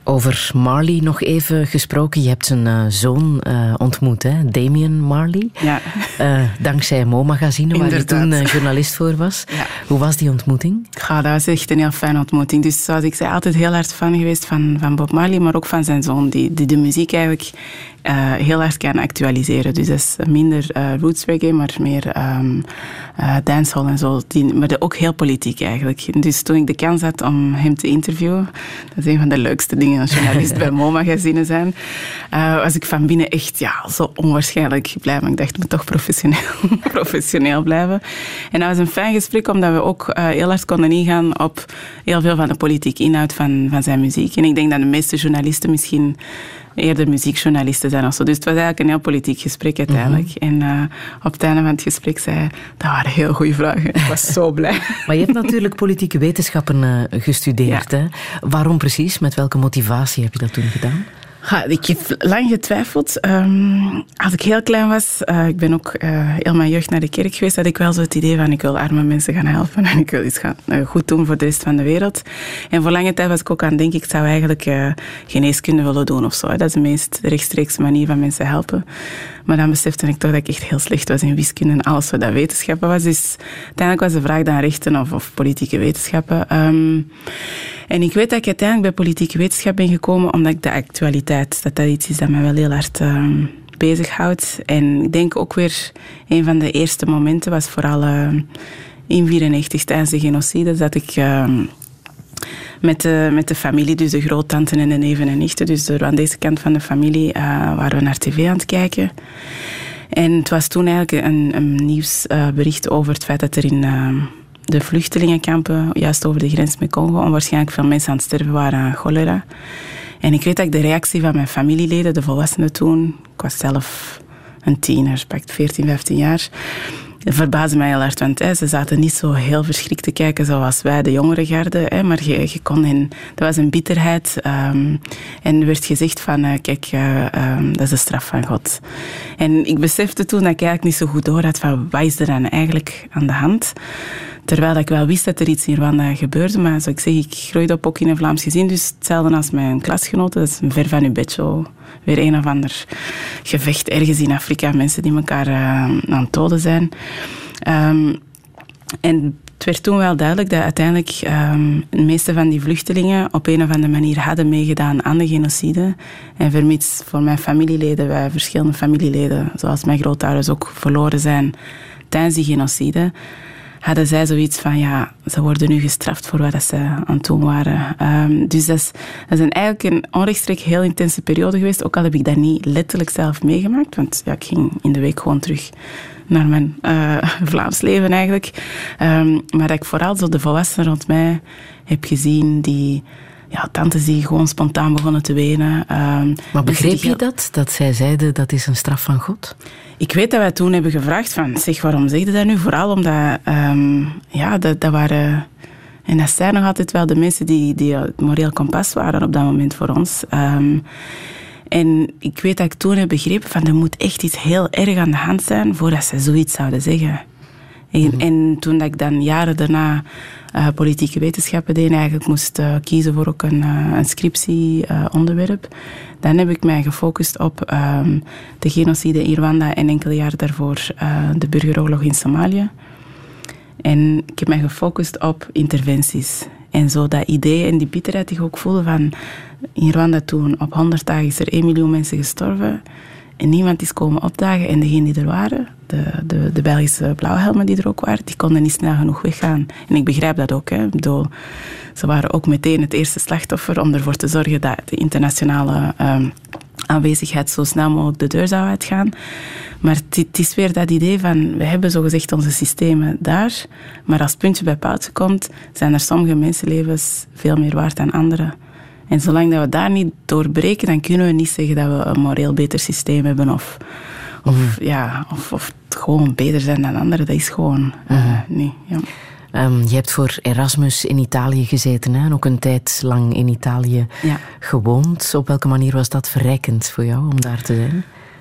Over Marley nog even gesproken. Je hebt zijn uh, zoon uh, ontmoet, hè? Damian Marley. Ja. Uh, dankzij Mo-magazine, waar je toen uh, journalist voor was. Ja. Hoe was die ontmoeting? Ja, dat was echt een heel fijne ontmoeting. Dus zoals ik zei, altijd heel hard fan geweest van, van Bob Marley, maar ook van zijn zoon, die, die de muziek eigenlijk uh, heel hard kan actualiseren. Dus dat is minder uh, roots reggae, maar meer um, uh, dancehall en zo. Die, maar ook heel politiek eigenlijk. Dus toen ik de kans had om hem te interviewen, dat is een van de leukste dingen als journalist bij Mo-magazine zijn, uh, was ik van binnen echt ja, zo onwaarschijnlijk blij. Maar ik dacht, ik moet toch professioneel, professioneel blijven. En dat was een fijn gesprek, omdat we ook uh, heel hard konden ingaan op heel veel van de politieke inhoud van, van zijn muziek. En ik denk dat de meeste journalisten misschien eerder muziekjournalisten zijn of zo. Dus het was eigenlijk een heel politiek gesprek uiteindelijk. Mm-hmm. En uh, op het einde van het gesprek zei hij, dat waren heel goede vragen. Ik was zo blij. Maar je hebt natuurlijk politieke wetenschappen uh, gestudeerd. Ja. Hè? Waarom precies? Met welke motivatie heb je dat toen gedaan? Ja, ik heb lang getwijfeld. Um, als ik heel klein was, uh, ik ben ook uh, heel mijn jeugd naar de kerk geweest, had ik wel zo het idee van ik wil arme mensen gaan helpen en ik wil iets gaan, uh, goed doen voor de rest van de wereld. En voor lange tijd was ik ook aan het denken, ik zou eigenlijk uh, geneeskunde willen doen of zo. Hè. Dat is de meest rechtstreekse manier van mensen helpen. Maar dan besefte ik toch dat ik echt heel slecht was in wiskunde en alles wat dat wetenschappen was. Dus uiteindelijk was de vraag dan rechten of, of politieke wetenschappen. Um, en ik weet dat ik uiteindelijk bij politieke wetenschap ben gekomen omdat ik de actualiteit, dat dat iets is dat mij wel heel hard um, bezighoudt. En ik denk ook weer, een van de eerste momenten was vooral uh, in negentien vierennegentig tijdens de genocide, dat ik Uh, Met de, met de familie, dus de groottanten en de neven en nichten. Dus de, aan deze kant van de familie uh, waren we naar tv aan het kijken. En het was toen eigenlijk een, een nieuwsbericht uh, over het feit dat er in uh, de vluchtelingenkampen, juist over de grens met Congo, onwaarschijnlijk veel mensen aan het sterven waren aan cholera. En ik weet dat ik de reactie van mijn familieleden, de volwassenen toen, ik was zelf een tiener, pakt veertien, vijftien jaar, dat verbaasde mij heel hard, want hè, ze zaten niet zo heel verschrikt te kijken zoals wij, de jongere garde. Hè, maar je, je kon hen, dat was een bitterheid. Um, en er werd gezegd van, uh, kijk, uh, um, dat is de straf van God. En ik besefte toen dat ik eigenlijk niet zo goed door had van, wat is er dan eigenlijk aan de hand? Terwijl ik wel wist dat er iets in Rwanda gebeurde. Maar zoals ik zeg, ik groeide op ook in een Vlaams gezin. Dus hetzelfde als mijn klasgenoten. Dat is een ver van uw bedshow. Weer een of ander gevecht ergens in Afrika. Mensen die elkaar uh, aan het doden zijn. Um, en het werd toen wel duidelijk dat uiteindelijk um, de meeste van die vluchtelingen op een of andere manier hadden meegedaan aan de genocide. En vermits voor mijn familieleden, wij verschillende familieleden, zoals mijn grootouders ook verloren zijn tijdens die genocide, hadden zij zoiets van, ja, ze worden nu gestraft voor wat ze aan het doen waren. Um, dus dat is, dat is een, eigenlijk een onrechtstreeks heel intense periode geweest, ook al heb ik dat niet letterlijk zelf meegemaakt, want ja, ik ging in de week gewoon terug naar mijn uh, Vlaams leven eigenlijk. Um, maar dat ik vooral zo de volwassenen rond mij heb gezien, die ja, tantes die gewoon spontaan begonnen te wenen. Um, maar begreep je dat? Dat zij zeiden, dat is een straf van God? Ik weet dat wij toen hebben gevraagd van, zeg, waarom zeg je dat nu? Vooral omdat, um, ja, dat, dat waren... En dat zijn nog altijd wel de mensen die, die het moreel kompas waren op dat moment voor ons. Um, en ik weet dat ik toen heb begrepen van, er moet echt iets heel erg aan de hand zijn voordat ze zoiets zouden zeggen. En, mm-hmm. en toen dat ik dan jaren daarna uh, politieke wetenschappen deed, eigenlijk moest uh, kiezen voor ook een, uh, een scriptieonderwerp, uh, dan heb ik mij gefocust op uh, de genocide in Rwanda en enkele jaren daarvoor uh, de burgeroorlog in Somalië. En ik heb mij gefocust op interventies. En zo dat idee en die bitterheid die ik ook voelde van, in Rwanda toen, op honderd dagen is er één miljoen mensen gestorven. En niemand is komen opdagen. En degenen die er waren, de, de, de Belgische blauwhelmen die er ook waren, die konden niet snel genoeg weggaan. En ik begrijp dat ook. Hè. Ik bedoel, ze waren ook meteen het eerste slachtoffer om ervoor te zorgen dat de internationale um, aanwezigheid zo snel mogelijk de deur zou uitgaan. Maar het, het is weer dat idee van, we hebben zogezegd onze systemen daar, maar als het puntje bij paaltje komt, zijn er sommige mensenlevens veel meer waard dan andere. En zolang dat we daar niet doorbreken, dan kunnen we niet zeggen dat we een moreel beter systeem hebben of, of, mm. ja, of, of gewoon beter zijn dan anderen. Dat is gewoon uh, mm. nee. Ja. Um, je hebt voor Erasmus in Italië gezeten, hè? En ook een tijd lang in Italië ja. gewoond. Op welke manier was dat verrijkend voor jou om daar te zijn?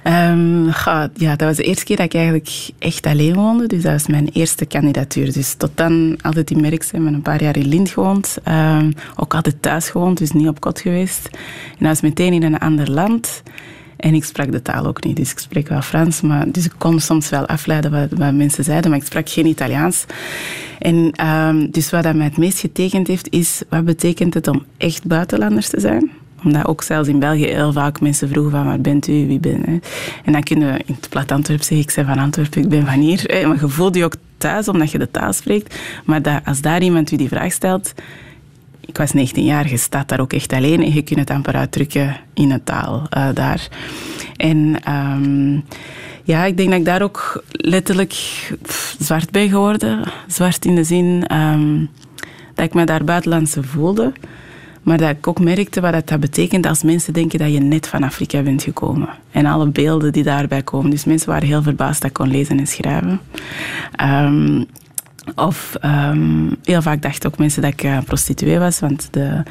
Um, ja, dat was de eerste keer dat ik eigenlijk echt alleen woonde. Dus dat was mijn eerste kandidatuur. Dus tot dan altijd in Merksem en een paar jaar in Lint gewoond. Um, ook altijd thuis gewoond, dus niet op kot geweest. En dat was meteen in een ander land. En ik sprak de taal ook niet. Dus ik spreek wel Frans. Maar, dus ik kon soms wel afleiden wat, wat mensen zeiden. Maar ik sprak geen Italiaans. En um, dus wat dat mij het meest getekend heeft, is wat betekent het om echt buitenlanders te zijn? Omdat ook zelfs in België heel vaak mensen vroegen van waar bent u, wie ben je? En dan kunnen we in het plat Antwerpen zeggen, ik ben van Antwerpen, ik ben van hier. Maar je voelt je ook thuis omdat je de taal spreekt. Maar dat, als daar iemand u die vraag stelt... Ik was negentien jaar, je staat daar ook echt alleen en je kunt het amper uitdrukken in een taal uh, daar. En um, ja, ik denk dat ik daar ook letterlijk pff, zwart ben geworden. Zwart in de zin um, dat ik me daar buitenlandse voelde. Maar dat ik ook merkte wat dat betekent als mensen denken dat je net van Afrika bent gekomen. En alle beelden die daarbij komen. Dus mensen waren heel verbaasd dat ik kon lezen en schrijven. Um, Of um, heel vaak dachten ook mensen dat ik uh, prostituee was, want de,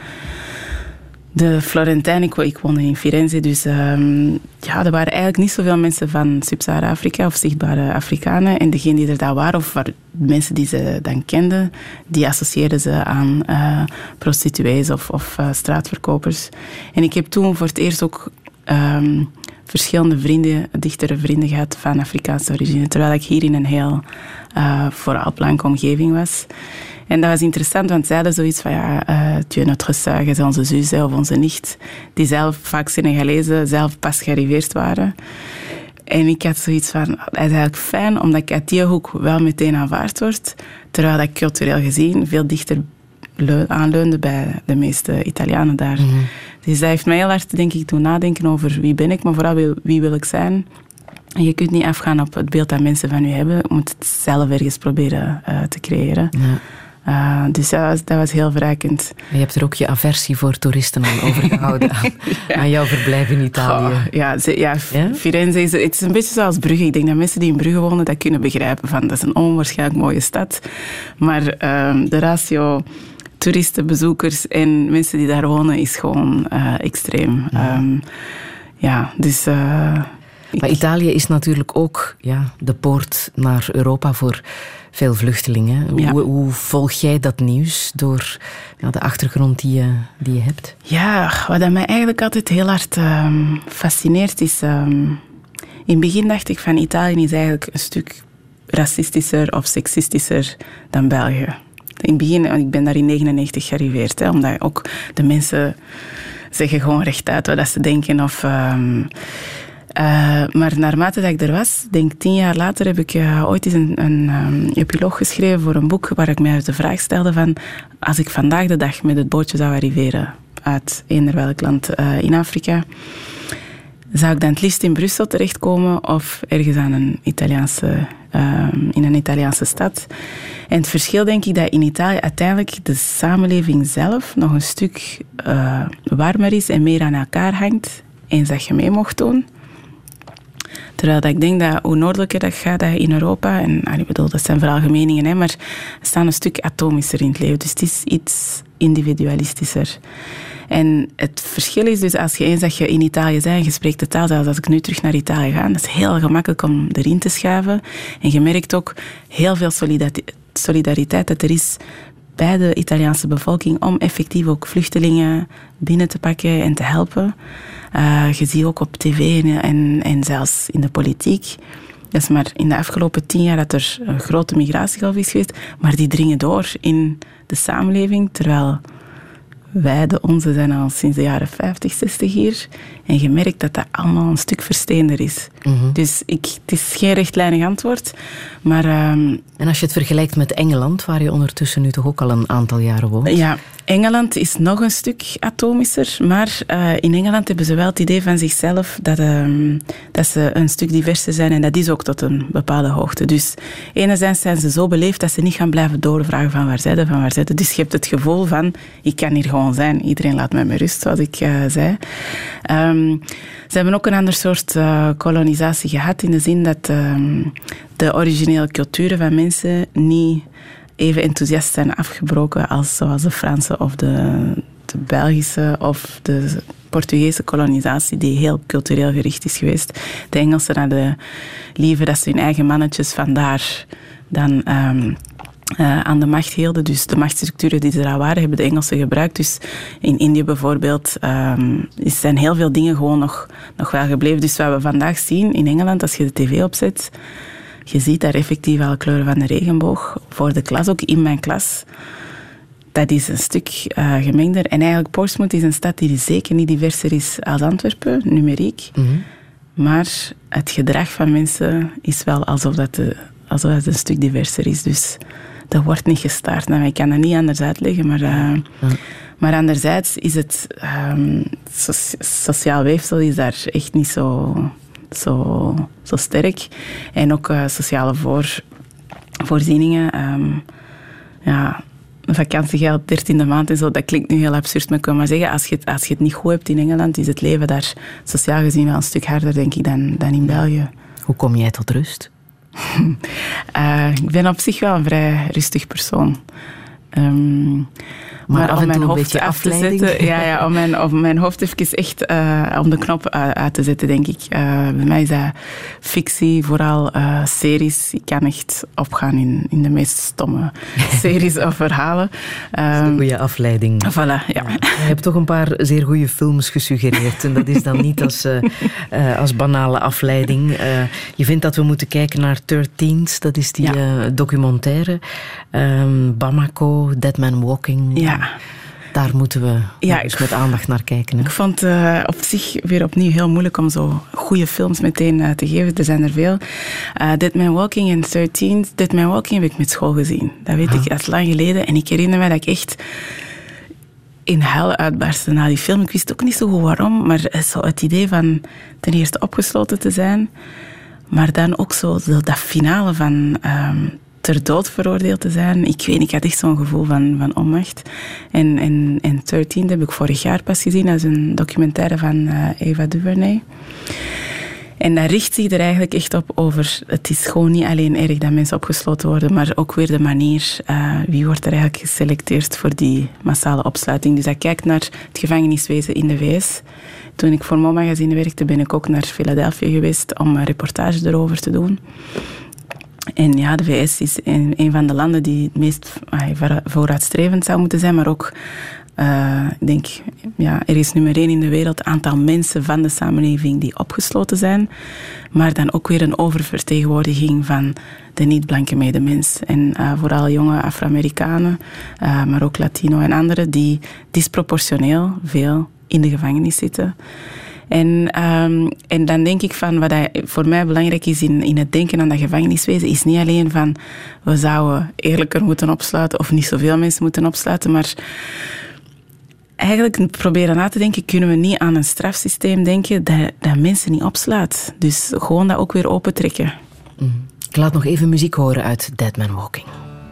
de Florentijn, ik, ik woonde in Firenze, dus um, ja, er waren eigenlijk niet zoveel mensen van Sub-Sahara-Afrika of zichtbare Afrikanen. En degenen die er daar waren, of waar mensen die ze dan kenden, die associeerden ze aan uh, prostituees of, of uh, straatverkopers. En ik heb toen voor het eerst ook... Um, verschillende vrienden, dichtere vrienden gehad van Afrikaanse origine, terwijl ik hier in een heel uh, vooral blanke omgeving was. En dat was interessant, want zij hadden zoiets van, ja, uh, tu es notre sœur, is onze zus of onze nicht, die zelf vaak Senegalezen, zelf pas gearriveerd waren. En ik had zoiets van, dat is eigenlijk fijn, omdat ik uit die hoek wel meteen aanvaard word, terwijl dat cultureel gezien veel dichter aanleunde bij de meeste Italianen daar. Mm-hmm. Dus dat heeft mij heel hard, denk ik, doen nadenken over wie ben ik, maar vooral wie wil ik zijn. En je kunt niet afgaan op het beeld dat mensen van je hebben. Je moet het zelf ergens proberen uh, te creëren. Ja. Uh, dus dat was, dat was heel verrijkend. Je hebt er ook je aversie voor toeristen aan overgehouden, aan, ja. aan jouw verblijf in Italië. Oh, ja, ze, ja, ja, Firenze is, het is een beetje zoals Brugge. Ik denk dat mensen die in Brugge wonen dat kunnen begrijpen. Van, dat is een onwaarschijnlijk mooie stad. Maar uh, de ratio... toeristen, bezoekers en mensen die daar wonen is gewoon uh, extreem. Ja, um, ja dus... Uh, maar ik... Italië is natuurlijk ook ja, de poort naar Europa voor veel vluchtelingen. Ja. Hoe, hoe volg jij dat nieuws door ja, de achtergrond die je, die je hebt? Ja, wat mij eigenlijk altijd heel hard um, fascineert is... Um, in het begin dacht ik van Italië is eigenlijk een stuk racistischer of seksistischer dan België. In het begin, ik ben daar in negenennegentig gearriveerd, hè, omdat ook de mensen zeggen gewoon rechtuit wat ze denken. Of, um, uh, maar naarmate dat ik er was, denk tien jaar later, heb ik uh, ooit eens een, een um, epiloog geschreven voor een boek waar ik mij de vraag stelde van, als ik vandaag de dag met het bootje zou arriveren uit eender welk land uh, in Afrika, zou ik dan het liefst in Brussel terechtkomen of ergens aan een Italiaanse, uh, in een Italiaanse stad? En het verschil denk ik dat in Italië uiteindelijk de samenleving zelf nog een stuk uh, warmer is en meer aan elkaar hangt eens dat je mee mocht doen. Terwijl dat ik denk dat hoe noordelijker dat gaat dat in Europa, en ik bedoel, dat zijn veralgemeningen, hè, maar we staan een stuk atomischer in het leven. Dus het is iets individualistischer. En het verschil is dus, als je eens dat je in Italië bent en je spreekt de taal, zelfs als ik nu terug naar Italië ga, dat is heel gemakkelijk om erin te schuiven. En je merkt ook heel veel solidariteit dat er is bij de Italiaanse bevolking om effectief ook vluchtelingen binnen te pakken en te helpen. Uh, je ziet ook op tv en, en, en zelfs in de politiek. Dat is maar in de afgelopen tien jaar dat er een grote migratiegolf is geweest, maar die dringen door in de samenleving, terwijl wij, de onze, zijn al sinds de jaren vijftig, zestig hier. En je merkt dat dat allemaal een stuk versteender is. Mm-hmm. Dus ik, het is geen rechtlijnig antwoord. Maar, um, en als je het vergelijkt met Engeland, waar je ondertussen nu toch ook al een aantal jaren woont? Ja, Engeland is nog een stuk atomischer. Maar uh, in Engeland hebben ze wel het idee van zichzelf dat, um, dat ze een stuk diverser zijn. En dat is ook tot een bepaalde hoogte. Dus enerzijds zijn ze zo beleefd dat ze niet gaan blijven doorvragen van waar zij van waar zij. Dus je hebt het gevoel van, ik kan hier gewoon zijn. Iedereen laat mij met rust, zoals ik uh, zei. Um, ze hebben ook een ander soort uh, kolonisatie gehad, in de zin dat um, de originele culturen van mensen niet even enthousiast zijn afgebroken als zoals de Franse of de, de Belgische of de Portugese kolonisatie die heel cultureel gericht is geweest. De Engelsen hadden liever dat ze hun eigen mannetjes vandaar dan um, uh, aan de macht hielden. Dus de machtsstructuren die er al waren, hebben de Engelsen gebruikt. Dus in Indië bijvoorbeeld um, zijn heel veel dingen gewoon nog, nog wel gebleven. Dus wat we vandaag zien in Engeland, als je de tv opzet, je ziet daar effectief alle kleuren van de regenboog. Voor de klas, ook in mijn klas. Dat is een stuk uh, gemengder. En eigenlijk Portsmouth is een stad die zeker niet diverser is als Antwerpen, numeriek. Mm-hmm. Maar het gedrag van mensen is wel alsof dat, de, alsof dat een stuk diverser is. Dus dat wordt niet gestaard. Nou, ik kan dat niet anders uitleggen, maar... Uh, ja. Maar anderzijds is het... Um, so- sociaal weefsel is daar echt niet zo, zo, zo sterk. En ook uh, sociale voor, voorzieningen. Um, ja... vakantiegeld, dertiende maand en zo, dat klinkt nu heel absurd, maar ik kan maar zeggen, als je, het, als je het niet goed hebt in Engeland, is het leven daar sociaal gezien wel een stuk harder, denk ik, dan, dan in België. Hoe kom jij tot rust? uh, ik ben op zich wel een vrij rustig persoon. Um, maar, maar om mijn een hoofd af te zetten, ja, ja, om, mijn, om mijn hoofd even echt uh, om de knop uh, uit te zetten, denk ik. Uh, bij mij is dat fictie, vooral uh, series. Ik kan echt opgaan in, in de meest stomme series of verhalen. Um, dat is een goede afleiding. Voilà, ja. ja. Je hebt toch een paar zeer goede films gesuggereerd. En dat is dan niet als, uh, uh, als banale afleiding. Uh, je vindt dat we moeten kijken naar thirteens, dat is die ja. uh, documentaire. Um, Bamako, Dead Man Walking. Ja. Daar moeten we ja, dus met aandacht naar kijken. Hè? Ik vond het uh, op zich weer opnieuw heel moeilijk om zo goede films meteen uh, te geven. Er zijn er veel. Uh, Dead Man Walking en thirteen. Dead Man Walking heb ik met school gezien. Dat weet huh? ik, dat is lang geleden. En ik herinner me dat ik echt in huil uitbarstte na die film. Ik wist ook niet zo goed waarom, maar zo het idee van ten eerste opgesloten te zijn, maar dan ook zo dat finale van... Um, ter dood veroordeeld te zijn. Ik weet niet, ik had echt zo'n gevoel van, van onmacht. En, en, en thirteen heb ik vorig jaar pas gezien. Dat is een documentaire van uh, Ava DuVernay. En dat richt zich er eigenlijk echt op over... Het is gewoon niet alleen erg dat mensen opgesloten worden, maar ook weer de manier... Uh, wie wordt er eigenlijk geselecteerd voor die massale opsluiting. Dus dat kijkt naar het gevangeniswezen in de V S. Toen ik voor Mo Magazine werkte, ben ik ook naar Philadelphia geweest om een reportage erover te doen. En ja, de V S is een, een van de landen die het meest ay, vooruitstrevend zou moeten zijn, maar ook, uh, ik denk, ja, er is nummer één in de wereld het aantal mensen van de samenleving die opgesloten zijn, maar dan ook weer een oververtegenwoordiging van de niet-blanke medemens. En uh, vooral jonge Afro-Amerikanen, uh, maar ook Latino en anderen, die disproportioneel veel in de gevangenis zitten. En, um, en dan denk ik van, wat voor mij belangrijk is in, in het denken aan dat gevangeniswezen, is niet alleen van, we zouden eerlijker moeten opsluiten of niet zoveel mensen moeten opsluiten, maar eigenlijk proberen na te denken, kunnen we niet aan een strafsysteem denken dat, dat mensen niet opsluit. Dus gewoon dat ook weer opentrekken. Mm. Ik laat nog even muziek horen uit Dead Man Walking.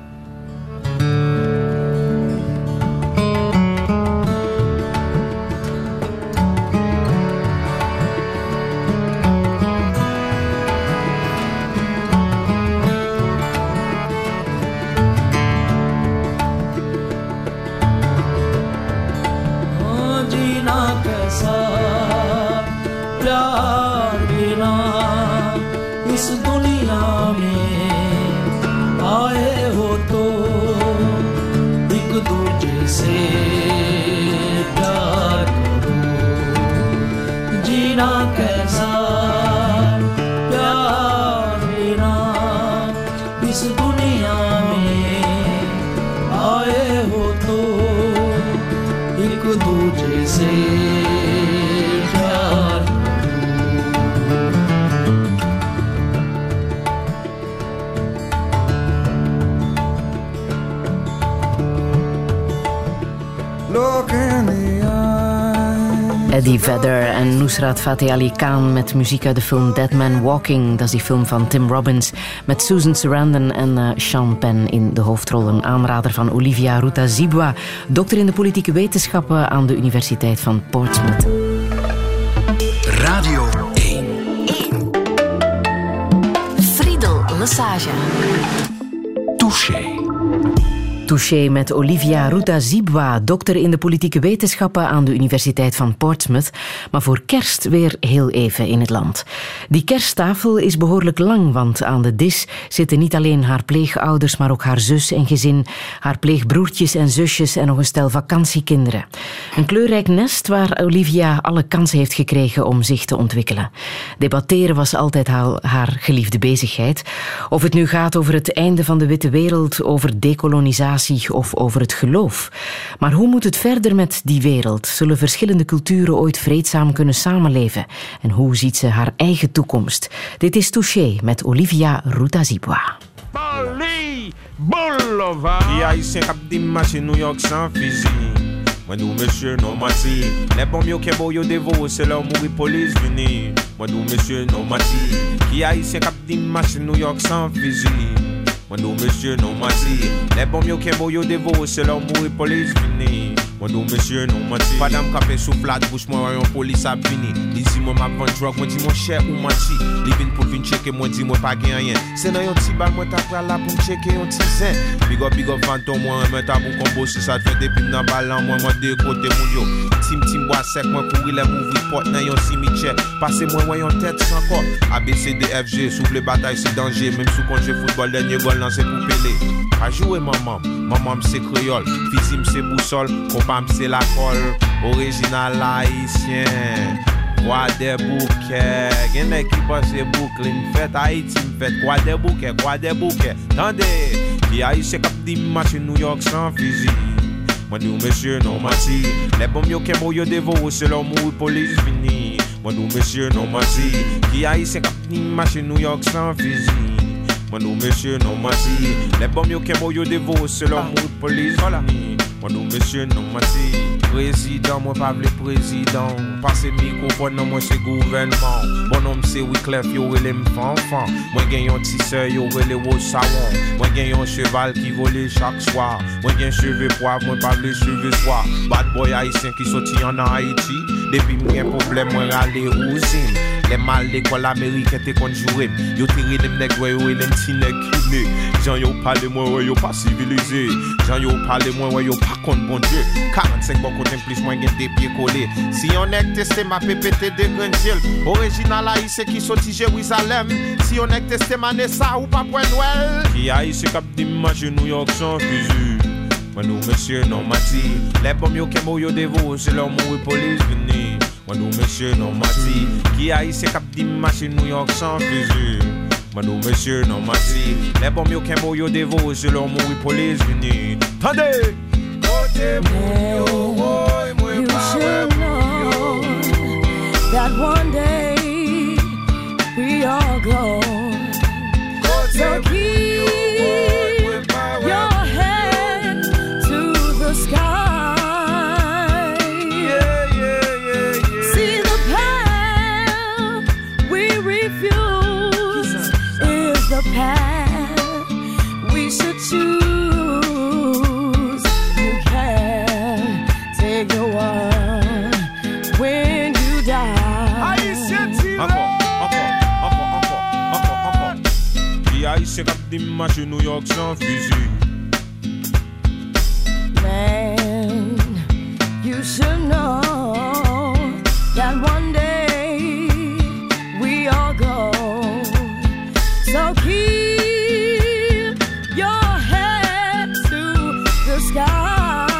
Eddie Vedder en Nusrat Fateh Ali Khan met muziek uit de film Dead Man Walking. Dat is die film van Tim Robbins met Susan Sarandon en uh, Sean Penn in de hoofdrol. Een aanrader van Olivia Ruta Zibwa, dokter in de politieke wetenschappen aan de Universiteit van Portsmouth. Radio één. Friedel Lesage. Touché. Touché met Olivia Rutazibwa, dokter in de politieke wetenschappen aan de Universiteit van Portsmouth, maar voor kerst weer heel even in het land. Die kersttafel is behoorlijk lang, want aan de dis zitten niet alleen haar pleegouders, maar ook haar zus en gezin, haar pleegbroertjes en zusjes en nog een stel vakantiekinderen. Een kleurrijk nest waar Olivia alle kansen heeft gekregen om zich te ontwikkelen. Debatteren was altijd haar, haar geliefde bezigheid. Of het nu gaat over het einde van de witte wereld, over dekolonisatie of over het geloof. Maar hoe moet het verder met die wereld? Zullen verschillende culturen ooit vreedzaam kunnen samenleven? En hoe ziet ze haar eigen toekomst? Dit is Touché met Olivia Rutazibwa. Bali, Boulevard. Die haïtien kap di marché New York sans fusil. Moi nous monsieur non mati. Les bombes yo ke bo yo devo, c'est leur mourir police venir. Moi nous monsieur non mati. Qui haïtien kap di marché New York sans fusil. Moi nous monsieur non mati. Les bombes yo ke bo yo devo, c'est leur mourir police venir. Moi nous monsieur non mati. Madame kapé sous flat bouche moi yon police a vini. Li di moi m'a vend drug, moi di mon cher ou mati. Li vin pour vin checker, moi di moi pas gen rien. C'est dans yon ti bal moi t'a pral la pour checker yon ti zin. Big up big up fantôme moi moi t'a pour combo si ça fait depuis dans balan moi moi de côté mon yo. Tim tim bois sec moi courir les ouvrir porte dans yon cimetière. Passer moi moi yon tête sans corps. A B C D F G souffle bataille c'est danger même sous contre football dernier goal lancé pour Pelé. A jouer maman, maman c'est créole, fils c'est boussole, compam c'est la colle, original haïtien. Quoi des bouquets, y'en a qui passe Brooklyn, fête Haïti, fête quoi des bouquets, quoi des bouquets. Tendez, qui haïtien cap di marche New York sans fusil. Moi nous monsieur non mati, les bombes yo kemo yo devo, c'est leur mourir police vini. Moi nous monsieur non mati, qui haïtien cap di marche New York sans fusil. Moi nous monsieur non mati, les bombes yo kemo yo devo, c'est leur mourir police vini. Moi nous monsieur non mati. Président, moi pas le président. Passez microphone, non, moi c'est gouvernement. Bon homme c'est Wyclef, yo relè m'fanfan. Moi gen yon tisseur, yo relè wo savon. Moi gen yon cheval qui vole chaque soir. Moi gen cheveux poivre, moi pas le cheveux soir. Bad boy haïtien qui sorti en Haïti. Depuis m'gen problème, moi râler ouzine. Les mal l'école américaine te conjuré. Yo tiré dem nèg ouais yo les ti nèg kiné. Jean yo parle moi ouais yo pas civilisé. Jean yo parle moi ouais yo pas contre bon Dieu. quarante-cinq bon côté plus moi gen des pieds collés. Si on est testé ma P P T de Grand Gilles. Original haïtien qui sorti Jérusalem. Si on est testé Manessa ou pas Point Noël. Qui haïtien cap di marché New York sans fusil. Moi nous monsieur non mati. Les bombes yo kemo yo devo, c'est leur mourir police venir. Moi nous monsieur non mati. Qui haïtien cap di marché New York sans fusil. Moi nous monsieur non mati. Les bombes yo kemo yo devo, c'est leur mourir police venir. Tendez. You should know that one day we all go. So keep your head to the sky. Yeah, yeah, yeah, yeah. See the path we refuse is the path we should choose. The one when you die. Encore, encore, encore, encore, encore, encore. Qui haïtien cap di marché New York sans fusil. Man, you should know that one day we all go. So keep your head to the sky.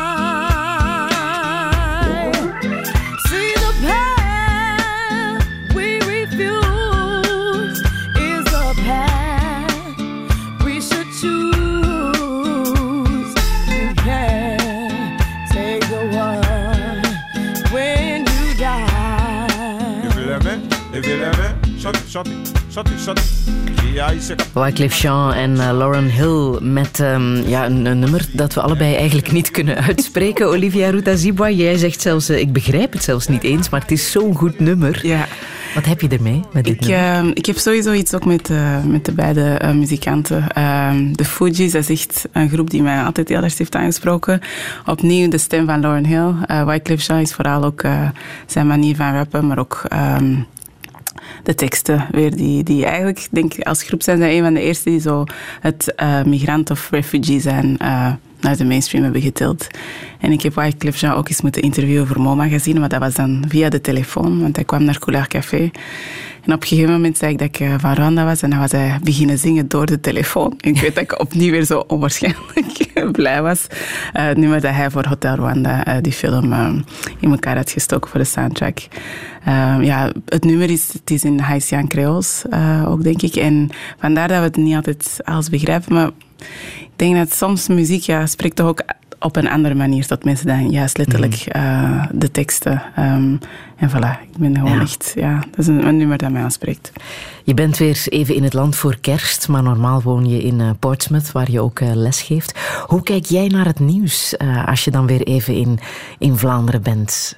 Wyclef Jean en uh, Lauryn Hill met um, ja, een, een nummer dat we allebei eigenlijk niet kunnen uitspreken. Olivia Rutazibwa, jij zegt zelfs, uh, ik begrijp het zelfs niet eens, maar het is zo'n goed nummer. Ja. Wat heb je ermee met dit ik, nummer? Uh, ik heb sowieso iets ook met, uh, met de beide uh, muzikanten. Uh, de Fugees, dat is echt een groep die mij altijd heel erg heeft aangesproken. Opnieuw de stem van Lauryn Hill. Uh, Wyclef Jean is vooral ook uh, zijn manier van rappen, maar ook... Um, de teksten weer, die, die eigenlijk, denk ik, als groep zijn zij een van de eerste die zo het uh, migrant of refugee zijn uh, naar de mainstream hebben getild. En ik heb Wyclef Jean ook eens moeten interviewen voor Mo Magazine, maar dat was dan via de telefoon, want hij kwam naar Couleur Café. En op een gegeven moment zei ik dat ik van Rwanda was en dan was hij beginnen zingen door de telefoon. En ik weet dat ik opnieuw weer zo onwaarschijnlijk blij was. Uh, het nummer dat hij voor Hotel Rwanda, uh, die film, uh, in elkaar had gestoken voor de soundtrack. Uh, ja, het nummer is, het is in Haitian Creools uh, ook, denk ik. En vandaar dat we het niet altijd alles begrijpen, maar ik denk dat soms muziek ja, spreekt toch ook op een andere manier tot mensen dan juist letterlijk uh, de teksten. Um, en voilà, ik ben gewoon ja. echt... Ja, dat is een, een nummer dat mij aanspreekt. Je bent weer even in het land voor kerst, maar normaal woon je in uh, Portsmouth, waar je ook uh, les geeft. Hoe kijk jij naar het nieuws uh, als je dan weer even in, in Vlaanderen bent?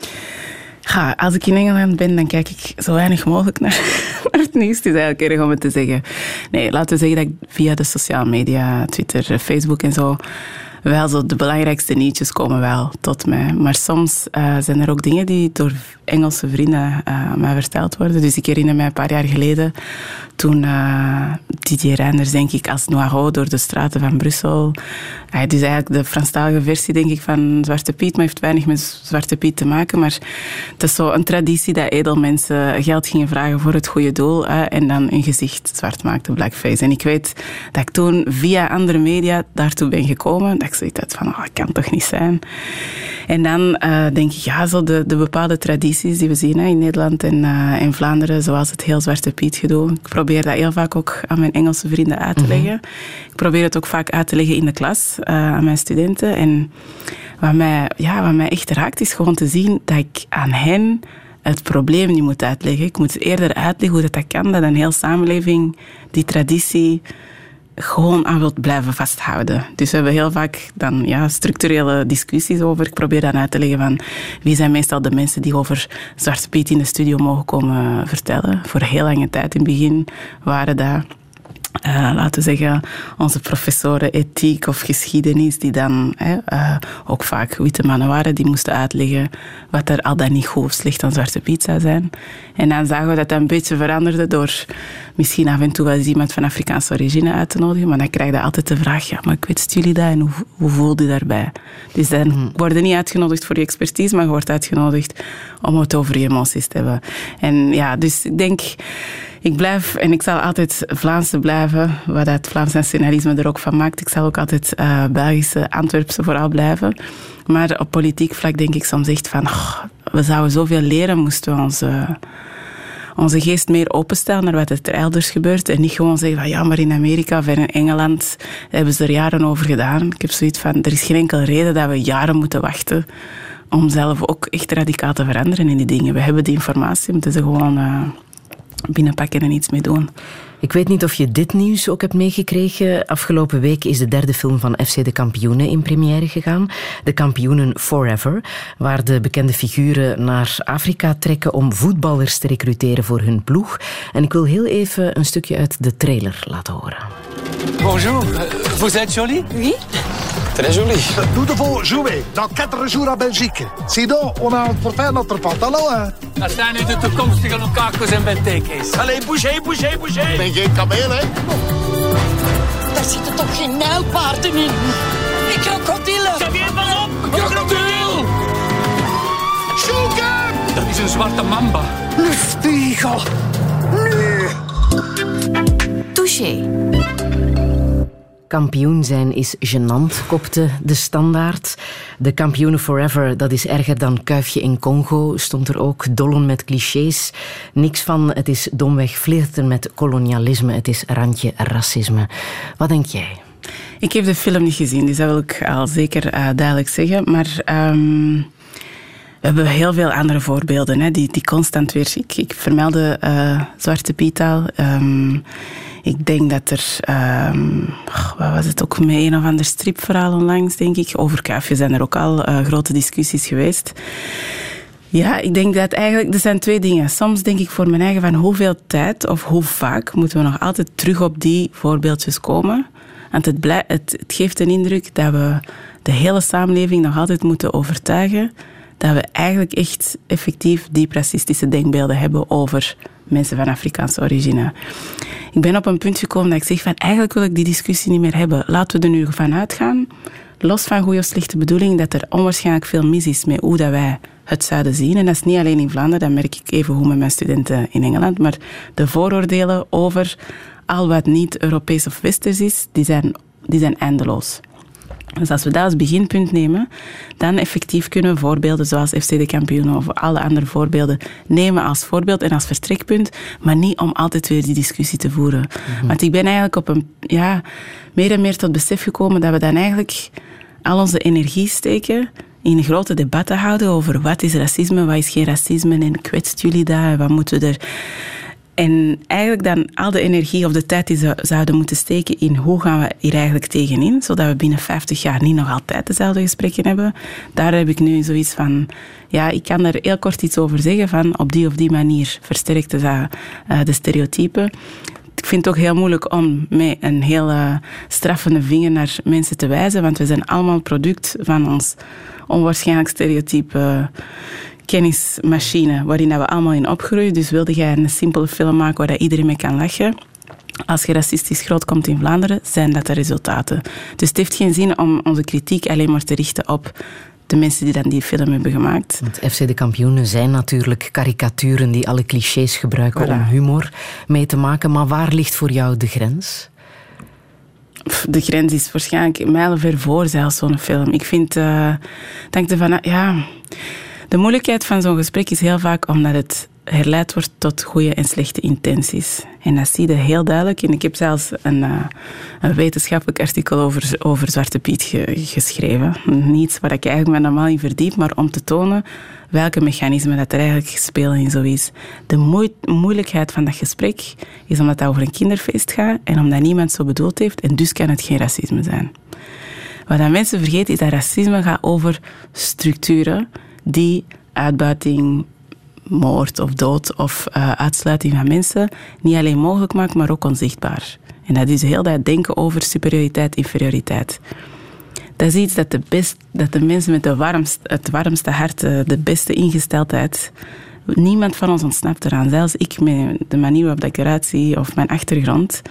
Ja, als ik in Engeland ben, dan kijk ik zo weinig mogelijk naar, naar het nieuws. Het is eigenlijk erg om het te zeggen. Nee, laten we zeggen dat ik via de sociale media, Twitter, Facebook en zo, wel zo de belangrijkste nieuwtjes komen wel tot mij. Maar soms uh, zijn er ook dingen die door Engelse vrienden uh, mij verteld worden. Dus ik herinner mij een paar jaar geleden, toen uh, Didier Reinders, denk ik, als Noiro door de straten van Brussel. Uh, dus eigenlijk de Franstalige versie, denk ik, van Zwarte Piet, maar heeft weinig met Zwarte Piet te maken. Maar het is zo een traditie dat edelmensen geld gingen vragen voor het goede doel uh, en dan hun gezicht zwart maakten, blackface. En ik weet dat ik toen via andere media daartoe ben gekomen, dat ik zoiets had van, oh, dat kan toch niet zijn. En dan uh, denk ik, ja, zo de, de bepaalde tradities die we zien hè, in Nederland en uh, in Vlaanderen, zoals het heel Zwarte Piet gedoe. Ik probeer dat heel vaak ook aan mijn Engelse vrienden uit te leggen. Mm-hmm. Ik probeer het ook vaak uit te leggen in de klas, uh, aan mijn studenten. En wat mij, ja, wat mij echt raakt, is gewoon te zien dat ik aan hen het probleem niet moet uitleggen. Ik moet eerder uitleggen hoe dat, dat kan, dat een heel samenleving die traditie gewoon aan wilt blijven vasthouden. Dus we hebben heel vaak dan ja, structurele discussies over. Ik probeer dan uit te leggen van wie zijn meestal de mensen die over Zwarte Piet in de studio mogen komen vertellen. Voor heel lange tijd in het begin waren dat Uh, laten we zeggen, onze professoren ethiek of geschiedenis, die dan hè, uh, ook vaak witte mannen waren, die moesten uitleggen wat er al dan niet goed of slecht aan Zwarte Piet zou zijn. En dan zagen we dat dat een beetje veranderde door misschien af en toe wel eens iemand van Afrikaanse origine uit te nodigen, maar dan krijg je altijd de vraag, ja, maar weten jullie dat en hoe, hoe voelde je daarbij? Dus dan mm-hmm. word je niet uitgenodigd voor je expertise, maar je wordt uitgenodigd om het over je emoties te hebben. En ja, dus ik denk... Ik blijf, en ik zal altijd Vlaamse blijven, wat het Vlaams nationalisme er ook van maakt. Ik zal ook altijd uh, Belgische, Antwerpse vooral blijven. Maar op politiek vlak denk ik soms echt van, oh, we zouden zoveel leren, moesten we onze, onze geest meer openstellen naar wat er elders gebeurt. En niet gewoon zeggen van, ja, maar in Amerika of in Engeland hebben ze er jaren over gedaan. Ik heb zoiets van, er is geen enkele reden dat we jaren moeten wachten om zelf ook echt radicaal te veranderen in die dingen. We hebben die informatie, we moeten ze gewoon... Uh, binnenpakken en iets mee doen. Ik weet niet of je dit nieuws ook hebt meegekregen. Afgelopen week is de derde film van F C De Kampioenen in première gegaan. De Kampioenen Forever, waar de bekende figuren naar Afrika trekken om voetballers te recruteren voor hun ploeg. En ik wil heel even een stukje uit de trailer laten horen. Bonjour, vous êtes jolie? Oui. Très jolie. Nous devons jouer dans quatre jours à Belgique. Sinon, on a pour faire notre pantalon. Hein. Dat zijn nu de toekomstige Lukaku's en Benteke's. Allez, bougez, bougez, bougez. Ik ben geen kameel, hè? Daar zitten toch geen nijlpaarden in? Die krokodillen. Xavier, pas op! Krokodil! Zoeken! Dat is een zwarte mamba. Le spiegel. Nu. Touché. Kampioen zijn is gênant, kopte de Standaard. De Kampioenen Forever, dat is erger dan Kuifje in Congo, stond er ook. Dollen met clichés. Niks van, het is domweg flirten met kolonialisme. Het is randje racisme. Wat denk jij? Ik heb de film niet gezien, dus dat wil ik al zeker uh, duidelijk zeggen. Maar... Um... We hebben heel veel andere voorbeelden, hè, die, die constant weer... Ik, ik vermeldde uh, Zwarte Piet al. Um, ik denk dat er... Um, wat was het ook met een of ander stripverhaal onlangs, denk ik. Over Kuifje zijn er ook al uh, grote discussies geweest. Ja, ik denk dat eigenlijk... Er zijn twee dingen. Soms denk ik voor mijn eigen van hoeveel tijd of hoe vaak moeten we nog altijd terug op die voorbeeldjes komen. Want het, blij, het, het geeft een indruk dat we de hele samenleving nog altijd moeten overtuigen dat we eigenlijk echt effectief diep racistische denkbeelden hebben over mensen van Afrikaanse origine. Ik ben op een punt gekomen dat ik zeg van eigenlijk wil ik die discussie niet meer hebben. Laten we er nu van uitgaan los van goede of slechte bedoeling, dat er onwaarschijnlijk veel mis is met hoe dat wij het zouden zien. En dat is niet alleen in Vlaanderen, dat merk ik even goed met mijn studenten in Engeland, maar de vooroordelen over al wat niet Europees of Westers is, die zijn, die zijn eindeloos. Dus als we dat als beginpunt nemen, dan effectief kunnen we voorbeelden zoals F C de Kampioenen of alle andere voorbeelden nemen als voorbeeld en als vertrekpunt, maar niet om altijd weer die discussie te voeren. Mm-hmm. Want ik ben eigenlijk op een, ja, meer en meer tot besef gekomen dat we dan eigenlijk al onze energie steken in grote debatten houden over wat is racisme, wat is geen racisme en kwetst jullie dat en wat moeten we er... En eigenlijk dan al de energie of de tijd die ze zouden moeten steken in hoe gaan we hier eigenlijk tegenin, zodat we binnen vijftig jaar niet nog altijd dezelfde gesprekken hebben. Daar heb ik nu zoiets van, ja, ik kan er heel kort iets over zeggen van op die of die manier versterkt dat uh, de stereotypen. Ik vind het ook heel moeilijk om met een heel uh, straffende vinger naar mensen te wijzen, want we zijn allemaal product van ons onwaarschijnlijk stereotype uh, kennismachine waarin we allemaal in opgroeien. Dus wilde jij een simpele film maken waar iedereen mee kan lachen? Als je racistisch groot komt in Vlaanderen, zijn dat de resultaten. Dus het heeft geen zin om onze kritiek alleen maar te richten op de mensen die dan die film hebben gemaakt. Want F C de Kampioenen zijn natuurlijk karikaturen die alle clichés gebruiken voilà. om humor mee te maken. Maar waar ligt voor jou de grens? De grens is waarschijnlijk mijlenver voor zelfs zo'n film. Ik vind, uh, denk ervan, ja... De moeilijkheid van zo'n gesprek is heel vaak omdat het herleid wordt tot goede en slechte intenties. En dat zie je heel duidelijk. En ik heb zelfs een, uh, een wetenschappelijk artikel over, over Zwarte Piet ge, geschreven. Niets waar ik eigenlijk me normaal in verdiep, maar om te tonen welke mechanismen dat er eigenlijk spelen in zoiets. De moe- moeilijkheid van dat gesprek is omdat het over een kinderfeest gaat en omdat niemand zo bedoeld heeft en dus kan het geen racisme zijn. Wat dan mensen vergeten is dat racisme gaat over structuren die uitbuiting, moord of dood of uh, uitsluiting van mensen niet alleen mogelijk maakt, maar ook onzichtbaar. En dat is heel dat denken over superioriteit, inferioriteit. Dat is iets dat de, best, dat de mensen met de warmst, het warmste hart, de beste ingesteldheid, niemand van ons ontsnapt eraan. Zelfs ik met de manier waarop ik eruit zie of mijn achtergrond.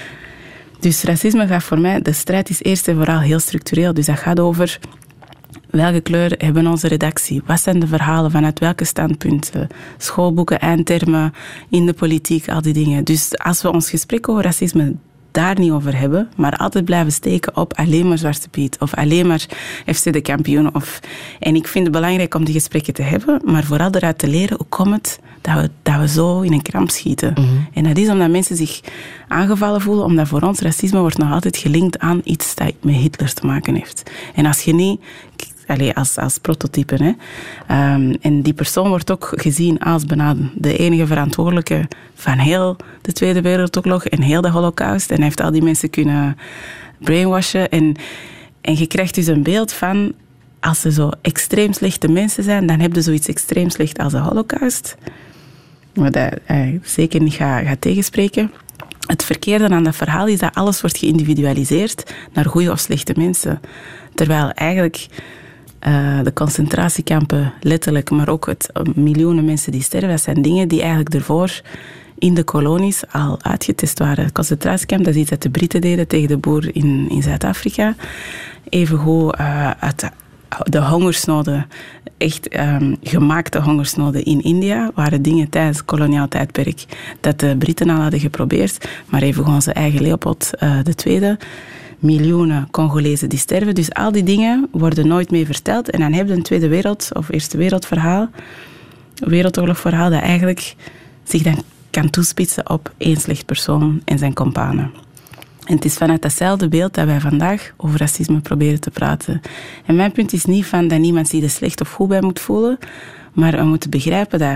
Dus racisme gaat voor mij, de strijd is eerst en vooral heel structureel. Dus dat gaat over welke kleur hebben onze redactie? Wat zijn de verhalen? Vanuit welke standpunten? Schoolboeken, eindtermen, in de politiek, al die dingen. Dus als we ons gesprek over racisme daar niet over hebben, maar altijd blijven steken op alleen maar Zwarte Piet of alleen maar F C de Kampioenen. Of... En ik vind het belangrijk om die gesprekken te hebben, maar vooral eruit te leren hoe komt het dat we, dat we zo in een kramp schieten. Mm-hmm. En dat is omdat mensen zich aangevallen voelen, omdat voor ons racisme wordt nog altijd gelinkt aan iets dat met Hitler te maken heeft. En als je niet... Allee, als, als prototype. Hè. Um, en die persoon wordt ook gezien als bijna de enige verantwoordelijke van heel de Tweede Wereldoorlog en heel de Holocaust. En hij heeft al die mensen kunnen brainwashen. En, en je krijgt dus een beeld van, als ze zo extreem slechte mensen zijn, dan heb je zoiets extreem slecht als de Holocaust. Wat hij zeker niet gaat, gaat tegenspreken. Het verkeerde aan dat verhaal is dat alles wordt geïndividualiseerd naar goede of slechte mensen. Terwijl eigenlijk... Uh, de concentratiekampen, letterlijk, maar ook het uh, miljoenen mensen die sterven, dat zijn dingen die eigenlijk ervoor in de kolonies al uitgetest waren. Het concentratiekamp, dat is iets dat de Britten deden tegen de boer in, in Zuid-Afrika. Evengoed uh, uit de hongersnoden, echt um, gemaakte hongersnoden in India, waren dingen tijdens het koloniaal tijdperk dat de Britten al hadden geprobeerd, maar evengoed onze eigen Leopold uh, de Tweede. Miljoenen Congolezen die sterven. Dus al die dingen worden nooit meer verteld. En dan heb je een Tweede Wereld- of Eerste Wereldverhaal, Wereldoorlogverhaal, dat eigenlijk zich dan kan toespitsen op één slecht persoon en zijn companen. En het is vanuit datzelfde beeld dat wij vandaag over racisme proberen te praten. En mijn punt is niet van dat niemand zich er slecht of goed bij moet voelen, maar we moeten begrijpen dat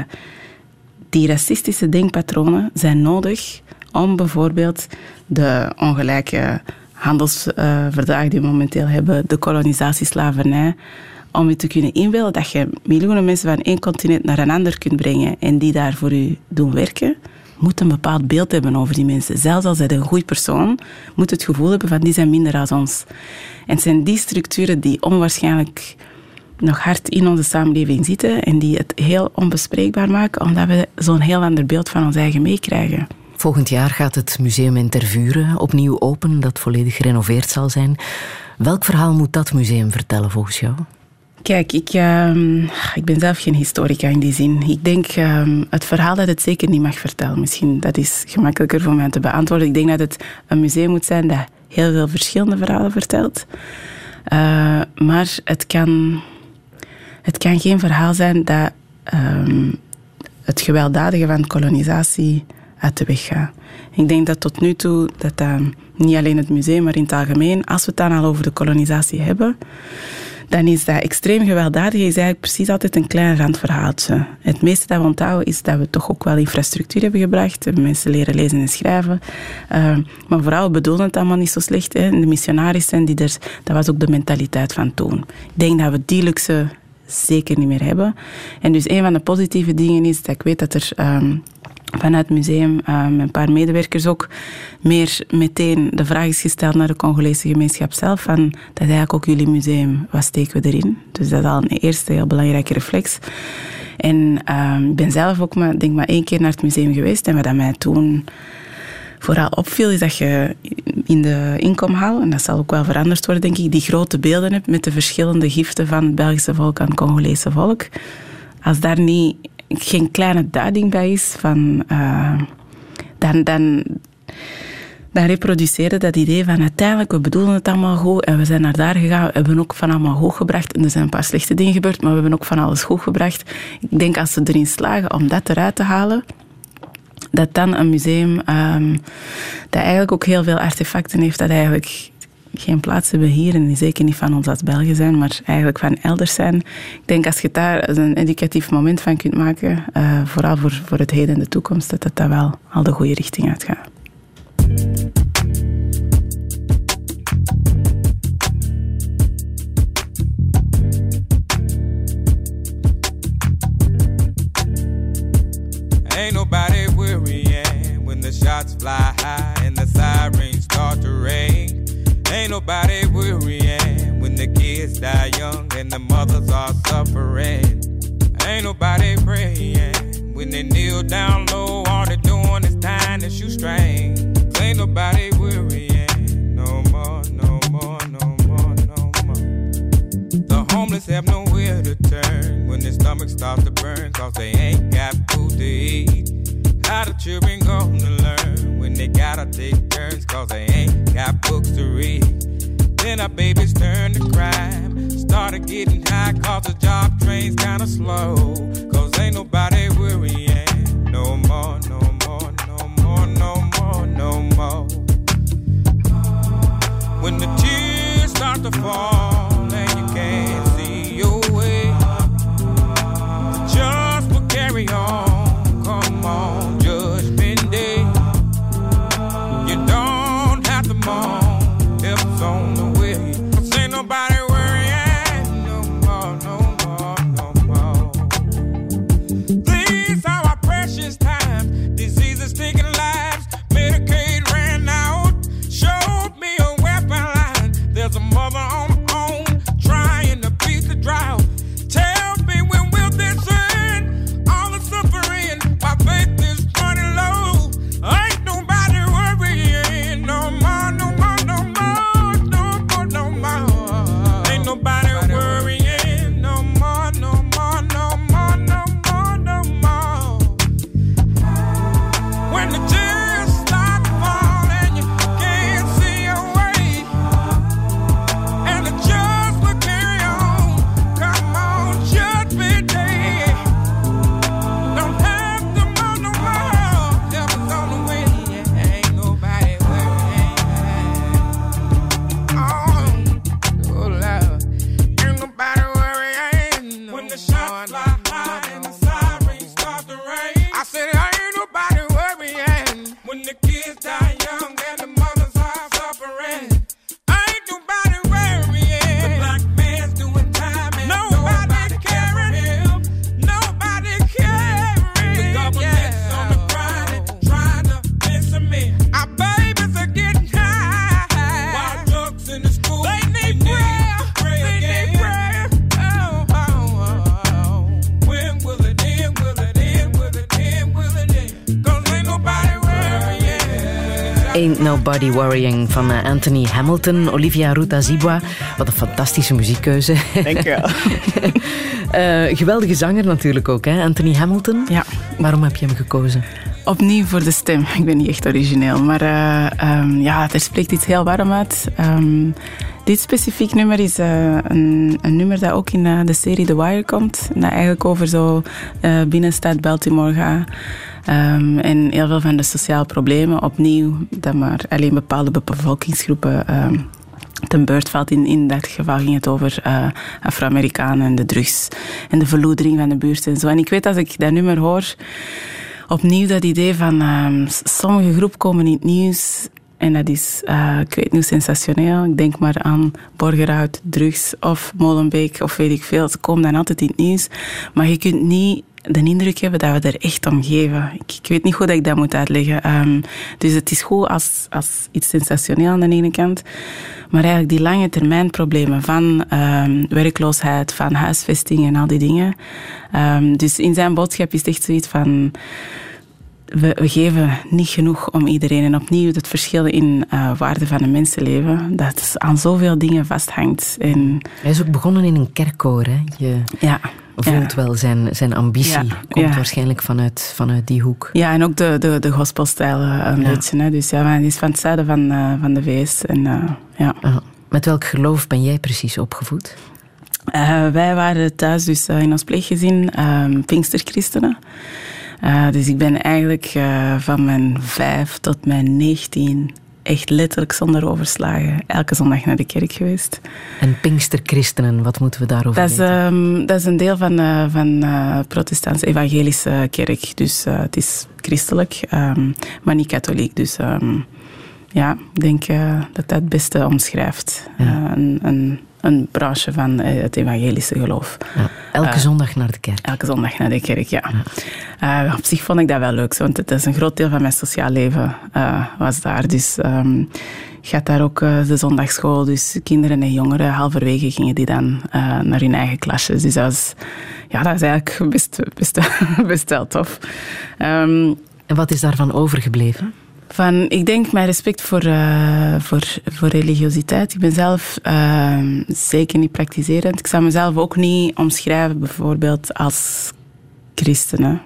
die racistische denkpatronen zijn nodig om bijvoorbeeld de ongelijke handelsverdragen uh, die we momenteel hebben, de kolonisatieslavernij, om je te kunnen inbeelden dat je miljoenen mensen van één continent naar een ander kunt brengen en die daar voor u doen werken, moet een bepaald beeld hebben over die mensen. Zelfs als zij een goede persoon, moet het gevoel hebben van die zijn minder als ons. En het zijn die structuren die onwaarschijnlijk nog hard in onze samenleving zitten en die het heel onbespreekbaar maken, omdat we zo'n heel ander beeld van ons eigen meekrijgen. Volgend jaar gaat het museum in Tervuren opnieuw open, dat volledig gerenoveerd zal zijn. Welk verhaal moet dat museum vertellen volgens jou? Kijk, ik, uh, ik ben zelf geen historica in die zin. Ik denk uh, het verhaal dat het zeker niet mag vertellen. Misschien dat is gemakkelijker voor mij te beantwoorden. Ik denk dat het een museum moet zijn dat heel veel verschillende verhalen vertelt. Uh, maar het kan, het kan geen verhaal zijn dat uh, het gewelddadige van kolonisatie uit de weg gaat. Ik denk dat tot nu toe, dat uh, niet alleen het museum, maar in het algemeen, als we het dan al over de kolonisatie hebben, dan is dat extreem gewelddadig is eigenlijk precies altijd een klein randverhaaltje. Het meeste dat we onthouden is dat we toch ook wel infrastructuur hebben gebracht. Mensen leren lezen en schrijven. Uh, maar vooral bedoelen het allemaal niet zo slecht. Hè. De missionarissen, die er, dat was ook de mentaliteit van toen. Ik denk dat we die luxe zeker niet meer hebben. En dus een van de positieve dingen is dat ik weet dat er Um, vanuit het museum, uh, met een paar medewerkers ook, meer meteen de vraag is gesteld naar de Congolese gemeenschap zelf, van, dat is eigenlijk ook jullie museum, wat steken we erin? Dus dat is al een eerste heel belangrijke reflex. En uh, ik ben zelf ook maar, denk maar één keer naar het museum geweest, en wat mij toen vooral opviel, is dat je in de inkomhal, en dat zal ook wel veranderd worden, denk ik, die grote beelden hebt met de verschillende giften van het Belgische volk aan het Congolese volk. Als daar niet geen kleine duiding bij is, van, uh, dan, dan, dan reproduceerde dat idee van uiteindelijk, we bedoelen het allemaal goed en we zijn naar daar gegaan, we hebben ook van allemaal goed gebracht en er zijn een paar slechte dingen gebeurd, maar we hebben ook van alles goed gebracht. Ik denk als ze erin slagen om dat eruit te halen, dat dan een museum um, dat eigenlijk ook heel veel artefacten heeft dat eigenlijk geen plaats hebben hier en zeker niet van ons als Belgen zijn, maar eigenlijk van elders zijn. Ik denk als je daar een educatief moment van kunt maken, uh, vooral voor, voor het heden en de toekomst, dat dat wel al de goede richting uitgaat. Ain't nobody worrying when the shots fly high and the sirens start to ring. Ain't nobody worrying when the kids die young and the mothers are suffering. Ain't nobody praying when they kneel down low, all they're doing is tying their shoestrings. Ain't nobody worrying no more, no more, no more, no more. The homeless have nowhere to turn when their stomachs start to burn, cause they ain't got food to eat. How the children gonna learn when they gotta take turns, cause they ain't got books to read. Then our babies turn to crime, started getting high cause the job train's kinda slow. Cause ain't nobody worrying no more, no more, no more, no more, no more. When the tears start to fall and you can't see your way, just will carry on. Come on, Judgment Day. You don't have to mourn, help's on the way. Cause ain't nobody worrying no more, no more, no more. Things are Ain't Nobody Worrying van uh, Anthony Hamilton, Olivia Ruta-Zibwa. Wat een fantastische muziekkeuze. Dank je wel. uh, geweldige zanger natuurlijk ook, hè? Anthony Hamilton. Ja. Waarom heb je hem gekozen? Opnieuw voor de stem. Ik ben niet echt origineel, maar uh, um, ja, er spreekt iets heel warm uit. Um, dit specifiek nummer is uh, een, een nummer dat ook in uh, de serie The Wire komt. Dat eigenlijk over zo uh, binnenstad Baltimore gaat. Um, en heel veel van de sociale problemen opnieuw, dat maar alleen bepaalde bevolkingsgroepen um, ten beurt valt. In, in dat geval ging het over uh, Afro-Amerikanen en de drugs en de verloedering van de buurt en zo. En ik weet als ik dat nummer hoor, opnieuw dat idee van um, sommige groepen komen in het nieuws en dat is, uh, ik weet niet, sensationeel. Ik denk maar aan Borgerhout, drugs of Molenbeek of weet ik veel. Ze komen dan altijd in het nieuws, maar je kunt niet de indruk hebben dat we er echt om geven. Ik, ik weet niet hoe dat ik dat moet uitleggen. Um, dus het is goed als, als iets sensationeel aan de ene kant, maar eigenlijk die lange termijn problemen van um, werkloosheid, van huisvesting en al die dingen. Um, dus in zijn boodschap is het echt zoiets van we, we geven niet genoeg om iedereen. En opnieuw het verschil in uh, waarde van een mensenleven, dat aan zoveel dingen vasthangt. En hij is ook begonnen in een kerkkoor, hè? Je ja. voelt ja. wel zijn, zijn ambitie. Ja. Komt ja. waarschijnlijk vanuit, vanuit die hoek. Ja, en ook de, de, de gospelstijl een ja. beetje. Hè? Dus ja, hij is van het zuiden van, uh, van de V S. En, uh, ja. uh, met welk geloof ben jij precies opgevoed? Uh, wij waren thuis dus uh, in ons pleeggezin uh, Pinksterchristenen. Uh, dus ik ben eigenlijk uh, van mijn vijf tot mijn negentien echt letterlijk zonder overslagen elke zondag naar de kerk geweest. En Pinksterchristenen, wat moeten we daarover dat is, weten? Um, dat is een deel van, uh, van uh, protestantse evangelische kerk. Dus uh, het is christelijk, um, maar niet katholiek. Dus um, ja, ik denk uh, dat dat het beste omschrijft. Ja. Uh, een, een, een branche van uh, het evangelische geloof. Ja. Elke uh, zondag naar de kerk? Elke zondag naar de kerk, ja. ja. Uh, op zich vond ik dat wel leuk, want het is een groot deel van mijn sociaal leven uh, was daar. Dus um, gaat daar ook uh, de zondagschool, dus kinderen en jongeren, halverwege gingen die dan uh, naar hun eigen klasjes. Dus dat was, ja, dat is eigenlijk best, best, best wel tof. Um, en wat is daarvan overgebleven? Van, ik denk mijn respect voor, uh, voor, voor religiositeit. Ik ben zelf uh, zeker niet praktiserend. Ik zou mezelf ook niet omschrijven bijvoorbeeld als christen.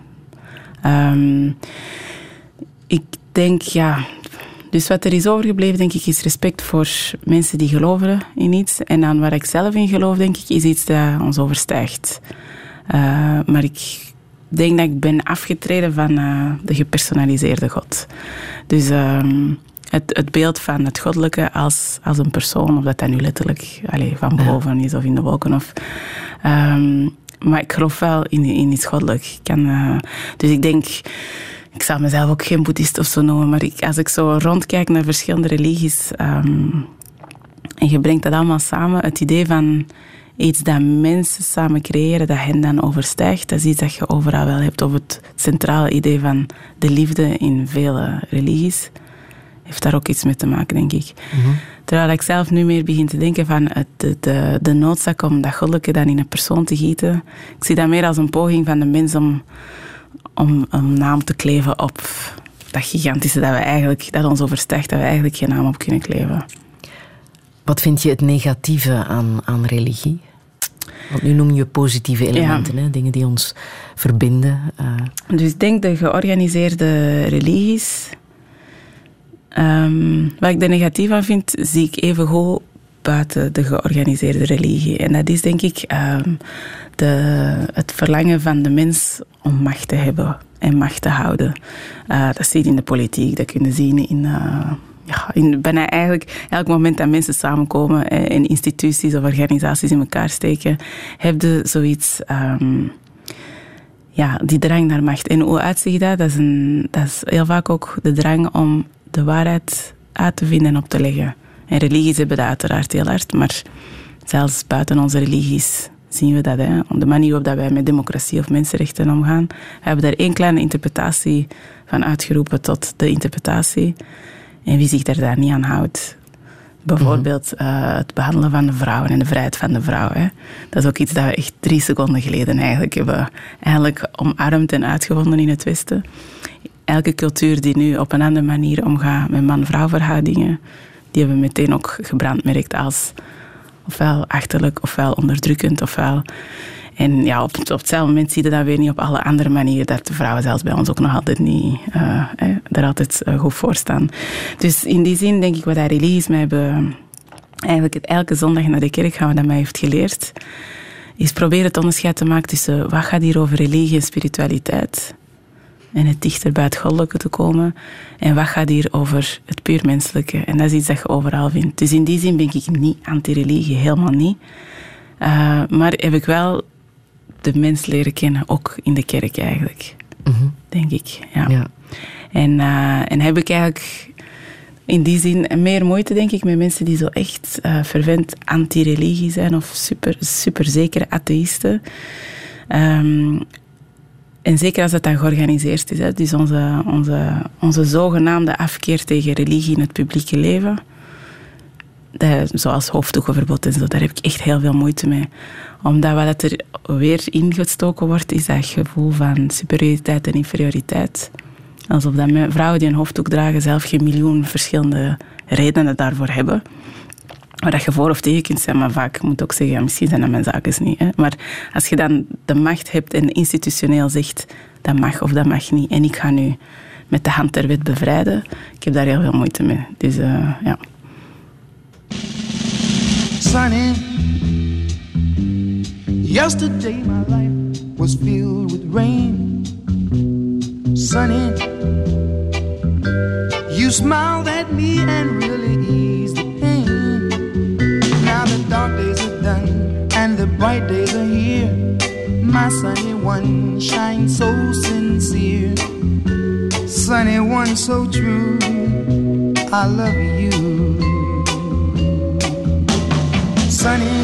Um, ik denk, ja... Dus wat er is overgebleven, denk ik, is respect voor mensen die geloven in iets. En dan waar ik zelf in geloof, denk ik, is iets dat ons overstijgt. Uh, maar ik... Ik denk dat ik ben afgetreden van uh, de gepersonaliseerde God. Dus um, het, het beeld van het goddelijke als, als een persoon, of dat dat nu letterlijk allez, van boven is of in de wolken. Of, um, maar ik geloof wel in, in iets goddelijk. Ik kan, uh, dus ik denk, ik zou mezelf ook geen boeddhist of zo noemen, maar ik, als ik zo rondkijk naar verschillende religies um, en je brengt dat allemaal samen, het idee van iets dat mensen samen creëren, dat hen dan overstijgt. Dat is iets dat je overal wel hebt. Of het centrale idee van de liefde in vele religies heeft daar ook iets mee te maken, denk ik. Mm-hmm. Terwijl ik zelf nu meer begin te denken van het, de, de, de noodzaak om dat goddelijke dan in een persoon te gieten. Ik zie dat meer als een poging van de mens om, om een naam te kleven op dat gigantische dat, we eigenlijk, dat ons overstijgt, dat we eigenlijk geen naam op kunnen kleven. Wat vind je het negatieve aan, aan religie? Want nu noem je positieve elementen, ja. hè? Dingen die ons verbinden. Uh. Dus ik denk de georganiseerde religies. Um, wat ik er negatief aan vind, zie ik even goed buiten de georganiseerde religie. En dat is denk ik um, de, het verlangen van de mens om macht te hebben en macht te houden. Uh, dat zie je in de politiek, dat kun je zien in... Uh, Ja, in bijna eigenlijk elk moment dat mensen samenkomen en instituties of organisaties in elkaar steken, heb je zoiets, um, ja, die drang naar macht. En hoe uitziet dat? Dat is, een, dat is heel vaak ook de drang om de waarheid uit te vinden en op te leggen. En religies hebben dat uiteraard heel hard, maar zelfs buiten onze religies zien we dat. Hè? De manier waarop dat wij met democratie of mensenrechten omgaan. We hebben daar één kleine interpretatie van uitgeroepen tot de interpretatie. En wie zich daar niet aan houdt. Bijvoorbeeld uh, het behandelen van de vrouwen en de vrijheid van de vrouw. Hè. Dat is ook iets dat we echt drie seconden geleden eigenlijk hebben eigenlijk omarmd en uitgevonden in het Westen. elke cultuur die nu op een andere manier omgaat met man-vrouw verhoudingen, die hebben meteen ook gebrandmerkt als ofwel achterlijk, ofwel onderdrukkend, ofwel... En ja, op, op hetzelfde moment zie je dat weer niet op alle andere manieren, dat de vrouwen zelfs bij ons ook nog altijd niet uh, eh, daar altijd uh, goed voor staan. Dus in die zin denk ik wat dat religies mij hebben... Eigenlijk het, elke zondag naar de kerk gaan, wat dat mij heeft geleerd, is proberen het onderscheid te maken tussen wat gaat hier over religie en spiritualiteit en het dichter bij het goddelijke te komen, en wat gaat hier over het puur menselijke. En dat is iets dat je overal vindt. Dus in die zin ben ik niet anti-religie, helemaal niet. Uh, maar heb ik wel de mens leren kennen, ook in de kerk eigenlijk. Mm-hmm. Denk ik, ja. ja. En, uh, en heb ik eigenlijk in die zin meer moeite, denk ik, met mensen die zo echt uh, fervent anti-religie zijn of super, super zekere atheïsten. Um, en zeker als dat dan georganiseerd is. Hè. Dus onze, onze, onze zogenaamde afkeer tegen religie in het publieke leven. Dat, zoals hoofddoekenverbod en zo, daar heb ik echt heel veel moeite mee. Omdat wat er weer ingestoken wordt, is dat gevoel van superioriteit en inferioriteit. Alsof dat vrouwen die een hoofddoek dragen zelf geen miljoen verschillende redenen daarvoor hebben. Waar dat je voor of tegen kunt zijn, maar vaak moet ook zeggen, ja, misschien zijn dat mijn zaken niet. Hè. Maar als je dan de macht hebt en institutioneel zegt, dat mag of dat mag niet, en ik ga nu met de hand ter wet bevrijden, ik heb daar heel veel moeite mee. Dus uh, ja. Sunny, yesterday my life was filled with rain. Sunny, you smiled at me and really eased the pain. Now the dark days are done and the bright days are here. My sunny one shines so sincere. Sunny one so true, I love you. Sunny,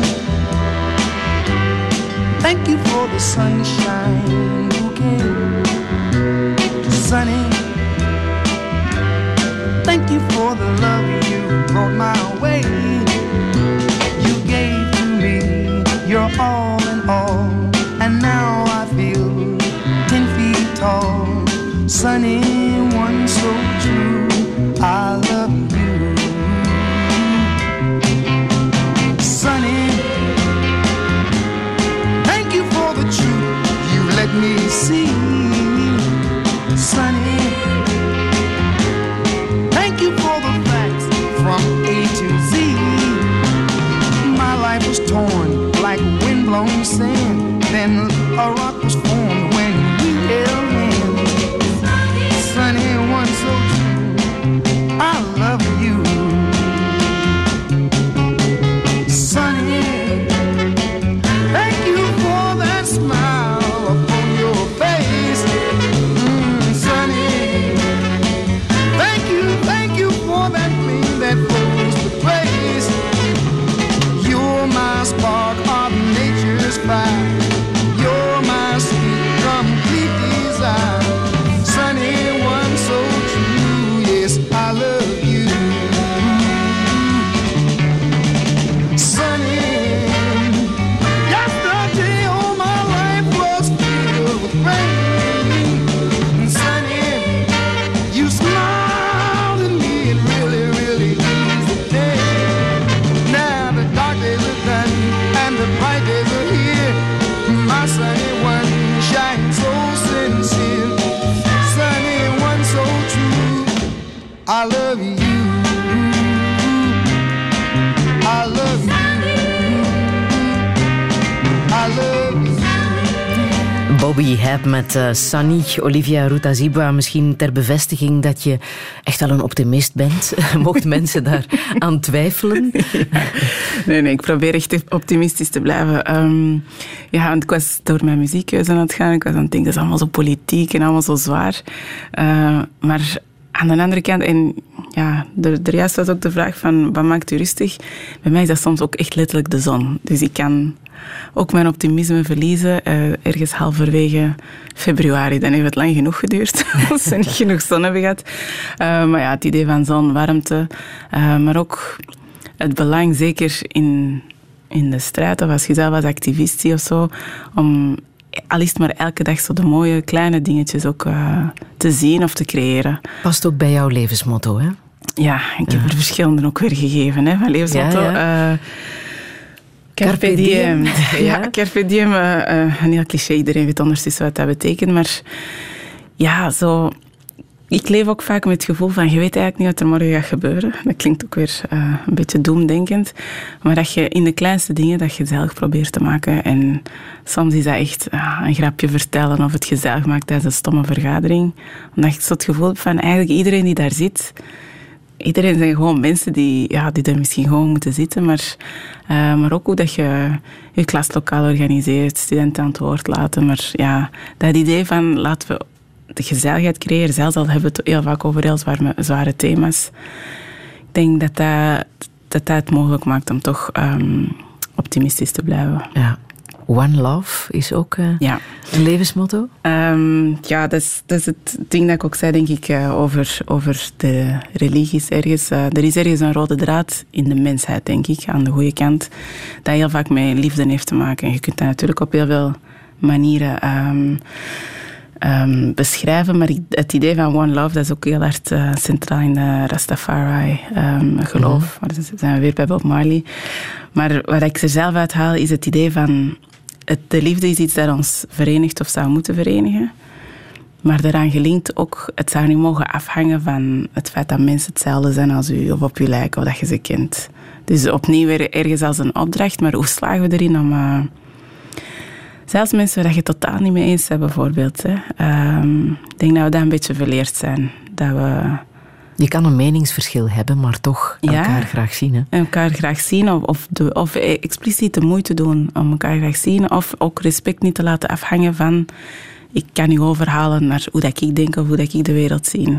thank you for the sunshine bouquet. Sunny, thank you for the love you brought my way. You gave to me your all in all, and now I feel ten feet tall. Sunny, one so true, I love you. Sunny, thank you for the truth you let me see. Sunny, thank you for the facts from A to Z. My life was torn like windblown sand, then a rock was formed when we held hands. Sunny, one so true, I love you. Sunny, thank you for that smile upon your face. Mm, sunny, thank you, thank you for that gleam that flows with grace. You're my spark of nature's fire. You're my sweet, complete desire. Sunny, one so true, yes, I love you. Sunny, yesterday all my life was filled with rain. Sunny, you smiled at me and really, really eased the day. Now the dark days are done and the bright days are here. My sunny one shines so sincere. Sunny one so true, I love you. I love you. I love you. Bobby Hebb met uh, Sunny, Olivia Rutazibwa. Misschien ter bevestiging dat je echt wel een optimist bent. Mocht mensen daar aan twijfelen? Nee, nee, ik probeer echt optimistisch te blijven. Um, ja, want ik was door mijn muziekkeuze aan het gaan. Ik was aan het denken, dat is allemaal zo politiek en allemaal zo zwaar. Uh, maar aan de andere kant, en ja, er, er juist was ook de vraag van, wat maakt u rustig? Bij mij is dat soms ook echt letterlijk de zon. Dus ik kan ook mijn optimisme verliezen, uh, ergens halverwege februari. Dan heeft het lang genoeg geduurd, als we niet genoeg zon hebben gehad. Uh, maar ja, het idee van zon, warmte, uh, maar ook het belang, zeker in, in de strijd, of als je zelf als activist ziet of zo, om al is het maar elke dag zo de mooie kleine dingetjes ook uh, te zien of te creëren. Past ook bij jouw levensmotto, hè? Ja, ik heb ja. er verschillende ook weer gegeven, hè, van levensmotto. Ja, ja. Uh, Carpe diem. Ja, ja, carpe diem. Uh, uh, een heel cliché, iedereen weet ondertussen wat dat betekent. Maar ja, zo... Ik leef ook vaak met het gevoel van, je weet eigenlijk niet wat er morgen gaat gebeuren. Dat klinkt ook weer uh, een beetje doemdenkend. Maar dat je in de kleinste dingen, dat je het gezellig probeert te maken. En soms is dat echt uh, een grapje vertellen of het gezellig maakt tijdens een stomme vergadering. Omdat je zo het gevoel hebt van, eigenlijk iedereen die daar zit... Iedereen zijn gewoon mensen die, ja, die daar misschien gewoon moeten zitten. Maar, uh, maar ook hoe dat je je klaslokaal organiseert, studenten aan het woord laten. Maar ja, dat idee van, laten we... de gezelligheid creëren, zelfs al hebben we het heel vaak over heel zware, zware thema's. Ik denk dat dat, dat dat het mogelijk maakt om toch um, optimistisch te blijven. Ja. One Love is ook uh, ja. een levensmotto? Um, ja, dat is, dat is het ding dat ik ook zei, denk ik, uh, over, over de religies ergens. Uh, er is ergens een rode draad in de mensheid, denk ik, aan de goede kant, dat heel vaak met liefde heeft te maken. En je kunt dat natuurlijk op heel veel manieren... Um, Um, beschrijven, maar het idee van One Love, dat is ook heel hard uh, centraal in de Rastafari um, geloof. Mm-hmm. Daar zijn we weer bij Bob Marley. Maar wat ik er zelf uit haal, is het idee van het, de liefde is iets dat ons verenigt of zou moeten verenigen. Maar daaraan gelinkt ook, het zou niet mogen afhangen van het feit dat mensen hetzelfde zijn als u of op u lijken of dat je ze kent. Dus opnieuw weer ergens als een opdracht, maar hoe slagen we erin om... Uh, Zelfs mensen waar je het totaal niet mee eens bent, bijvoorbeeld. Hè. Um, ik denk dat we daar een beetje verleerd zijn. Dat we... Je kan een meningsverschil hebben, maar toch elkaar ja, graag zien. Hè? Elkaar graag zien of, of, de, of expliciet de moeite doen om elkaar graag zien. Of ook respect niet te laten afhangen van... Ik kan u overhalen naar hoe dat ik denk of hoe dat ik de wereld zie.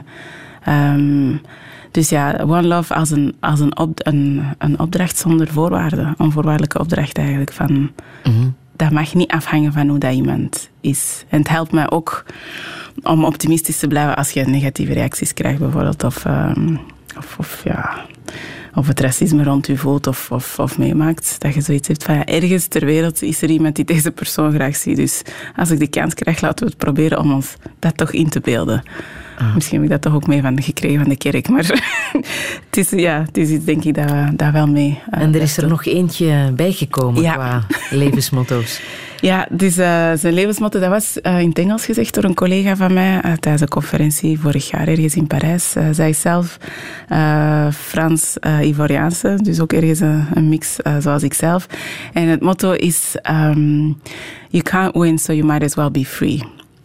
Um, dus ja, One Love als een, als een, op, een, een opdracht zonder voorwaarden. Een onvoorwaardelijke opdracht eigenlijk van... Mm-hmm. Dat mag niet afhangen van hoe dat iemand is. En het helpt mij ook om optimistisch te blijven als je negatieve reacties krijgt, bijvoorbeeld. Of, um, of, of, ja, of het racisme rond je voelt of, of, of meemaakt. Dat je zoiets hebt van, ja, ergens ter wereld is er iemand die deze persoon graag ziet. Dus als ik de kans krijg, laten we het proberen om ons dat toch in te beelden. Ah. Misschien heb ik dat toch ook mee van gekregen van de kerk. Maar het, is, ja, het is iets, denk ik, dat we daar wel mee... Uh, en er is er doen. nog eentje bijgekomen ja. qua levensmotto's. Ja, dus uh, zijn levensmotto, dat was uh, in het Engels gezegd door een collega van mij uh, tijdens een conferentie vorig jaar ergens in Parijs. Uh, zij is zelf uh, Frans-Ivoriaanse, uh, dus ook ergens een, een mix uh, zoals ik zelf. En het motto is... Um, you can't win, so you might as well be free.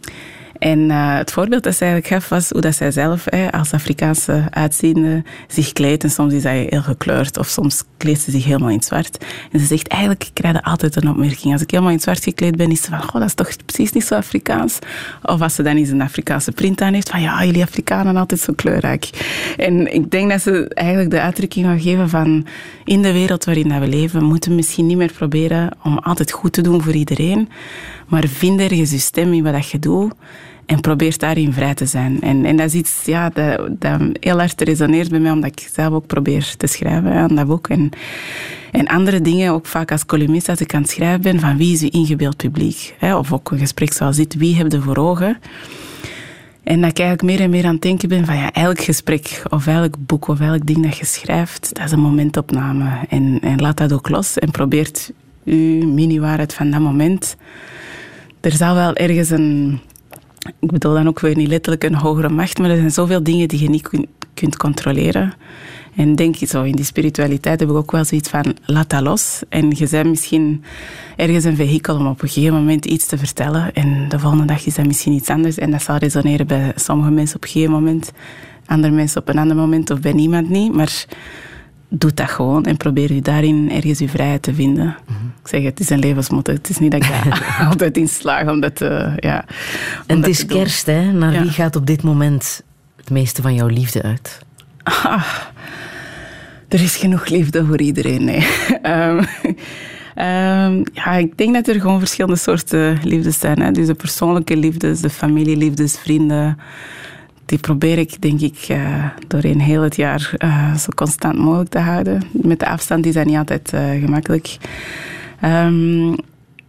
En uh, het voorbeeld dat zij eigenlijk gaf was hoe dat zij zelf hè, als Afrikaanse uitziende zich kleedt. En soms is zij heel gekleurd of soms kleedt ze zich helemaal in het zwart. En ze zegt, eigenlijk krijg je altijd een opmerking. Als ik helemaal in het zwart gekleed ben, is ze van, oh, dat is toch precies niet zo Afrikaans. Of als ze dan eens een Afrikaanse print aan heeft, van ja, jullie Afrikanen altijd zo kleurrijk. En ik denk dat ze eigenlijk de uitdrukking wil geven van, in de wereld waarin dat we leven, moeten we misschien niet meer proberen om altijd goed te doen voor iedereen. Maar vind ergens je stem in wat je doet. En probeer daarin vrij te zijn. En, en dat is iets ja, dat, dat heel hard resoneert bij mij, omdat ik zelf ook probeer te schrijven aan dat boek. En, en andere dingen, ook vaak als columnist, als ik aan het schrijven ben, van wie is uw ingebeeld publiek? Hè? Of ook een gesprek zoals dit, wie heb je voor ogen? En dat ik eigenlijk meer en meer aan het denken ben van ja, elk gesprek of elk boek of elk ding dat je schrijft, dat is een momentopname. En, en laat dat ook los en probeert uw mini-waarheid van dat moment. Er zal wel ergens een... Ik bedoel dan ook weer niet letterlijk een hogere macht, maar er zijn zoveel dingen die je niet kun, kunt controleren. En denk je zo, in die spiritualiteit heb ik ook wel zoiets van, laat dat los. En je bent misschien ergens een vehikel om op een gegeven moment iets te vertellen. En de volgende dag is dat misschien iets anders. En dat zal resoneren bij sommige mensen op een gegeven moment. Andere mensen op een ander moment of bij niemand niet. Maar doe dat gewoon en probeer je daarin ergens je vrijheid te vinden. Mm-hmm. Ik zeg, het is een levensmotto. Het is niet dat ik daar altijd in slaag om dat te ja, En het is kerst, hè? Naar ja. wie gaat op dit moment het meeste van jouw liefde uit? Ah, er is genoeg liefde voor iedereen, nee. um, um, ja, ik denk dat er gewoon verschillende soorten liefdes zijn. Hè? Dus de persoonlijke liefdes, de familieliefdes, vrienden... Die probeer ik, denk ik, uh, doorheen heel het jaar uh, zo constant mogelijk te houden. Met de afstand is dat niet altijd uh, gemakkelijk. Um,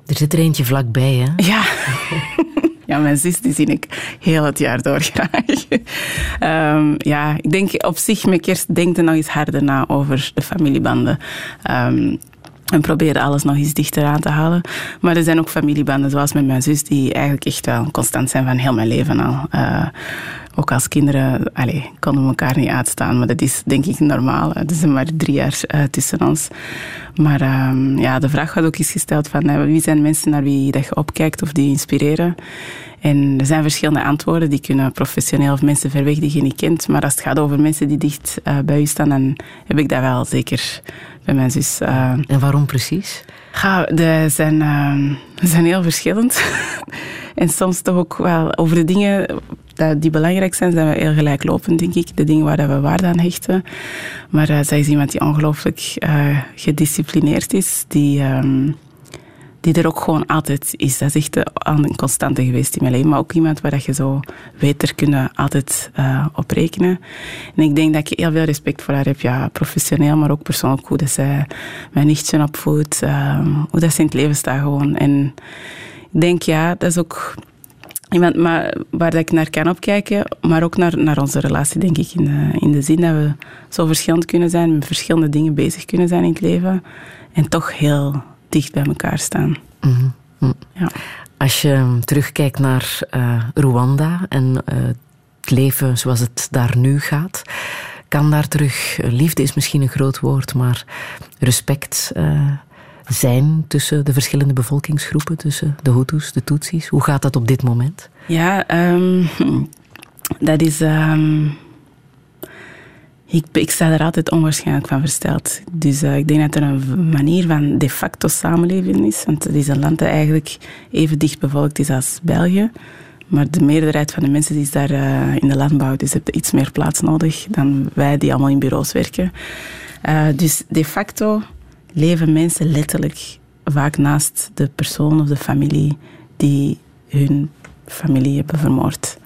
Er zit er eentje vlakbij, hè? Ja. Ja, mijn zus die zie ik heel het jaar door graag. um, ja, ik denk op zich met kerst denk er nog eens harder na over de familiebanden. Um, en probeer alles nog eens dichter aan te halen. Maar er zijn ook familiebanden, zoals met mijn zus, die eigenlijk echt wel constant zijn van heel mijn leven al. Uh, ook als kinderen, allez, konden we elkaar niet uitstaan, maar dat is denk ik normaal. Er zijn maar drie jaar uh, tussen ons. Maar um, ja, de vraag wordt ook eens gesteld van uh, wie zijn mensen naar wie dat je opkijkt of die inspireren. En er zijn verschillende antwoorden. Die kunnen professioneel of mensen ver weg die je niet kent. Maar als het gaat over mensen die dicht uh, bij je staan, dan heb ik dat wel zeker bij mijn zus. Uh, en waarom precies? Ja, die zijn, uh, zijn heel verschillend. En soms toch ook wel over de dingen die belangrijk zijn, zijn we heel gelijklopend, denk ik. De dingen waar we waarde aan hechten. Maar uh, zij is iemand die ongelooflijk uh, gedisciplineerd is. Die... Um, die er ook gewoon altijd is. Dat is echt een constante geweest in mijn leven. Maar ook iemand waar je zo weet, er kunnen altijd uh, op rekenen. En ik denk dat ik heel veel respect voor haar heb. Ja, professioneel, maar ook persoonlijk. Hoe dat zij mijn nichtje opvoedt. Uh, hoe dat ze in het leven staat gewoon. En ik denk, ja, dat is ook iemand maar, waar ik naar kan opkijken. Maar ook naar, naar onze relatie, denk ik. In de, in de zin dat we zo verschillend kunnen zijn. Met verschillende dingen bezig kunnen zijn in het leven. En toch heel dicht bij elkaar staan. Mm-hmm. Ja. Als je terugkijkt naar uh, Rwanda en uh, het leven zoals het daar nu gaat, kan daar terug, liefde is misschien een groot woord, maar respect uh, zijn tussen de verschillende bevolkingsgroepen, tussen de Hutus, de Tutsis? Hoe gaat dat op dit moment? Ja, um, dat is... Um Ik, ik sta er altijd onwaarschijnlijk van versteld. Dus uh, ik denk dat er een manier van de facto samenleving is. Want het is een land dat eigenlijk even dicht bevolkt is als België. Maar de meerderheid van de mensen is daar uh, in de landbouw. Dus hebben iets meer plaats nodig dan wij die allemaal in bureaus werken. Uh, dus de facto leven mensen letterlijk vaak naast de persoon of de familie die hun familie hebben vermoord.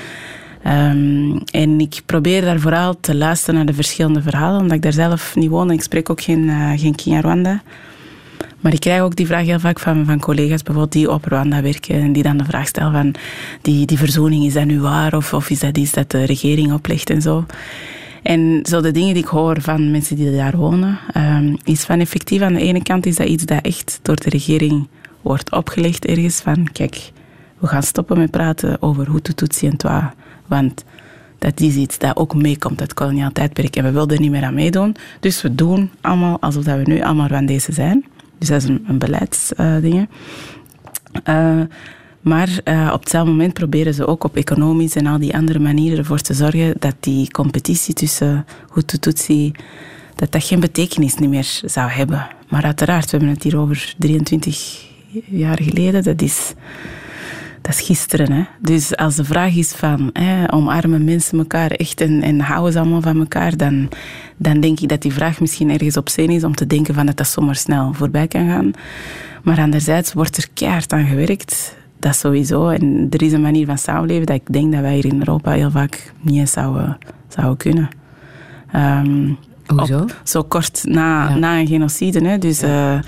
Um, en ik probeer daar vooral te luisteren naar de verschillende verhalen, omdat ik daar zelf niet woon. Ik spreek ook geen, uh, geen Kinyarwanda. Maar ik krijg ook die vraag heel vaak van, van collega's bijvoorbeeld die op Rwanda werken en die dan de vraag stellen van die, die verzoening, is dat nu waar of, of is dat iets dat de regering oplegt en zo. En zo de dingen die ik hoor van mensen die daar wonen, um, is van effectief aan de ene kant is dat iets dat echt door de regering wordt opgelegd ergens van kijk, we gaan stoppen met praten over Hutu, Tutsi en Twa. Want dat is iets dat ook meekomt uit het koloniaal tijdperk. En we wilden er niet meer aan meedoen. Dus we doen allemaal alsof we nu allemaal Rwandezen zijn. Dus dat is een, een beleidsding. Uh, maar uh, op hetzelfde moment proberen ze ook op economisch en al die andere manieren ervoor te zorgen dat die competitie tussen Hutu, Tutsi, dat dat geen betekenis niet meer zou hebben. Maar uiteraard, we hebben het hier over drieëntwintig jaar geleden. Dat is... Dat is gisteren, hè. Dus als de vraag is van hè, omarmen mensen elkaar echt en, en houden ze allemaal van elkaar, dan, dan denk ik dat die vraag misschien ergens op zin is om te denken van dat dat zomaar snel voorbij kan gaan. Maar anderzijds wordt er keihard aan gewerkt. Dat sowieso. En er is een manier van samenleven dat ik denk dat wij hier in Europa heel vaak niet eens zouden, zouden kunnen. Um, Hoezo? Op, zo kort na, ja. na een genocide. Hè. Dus uh,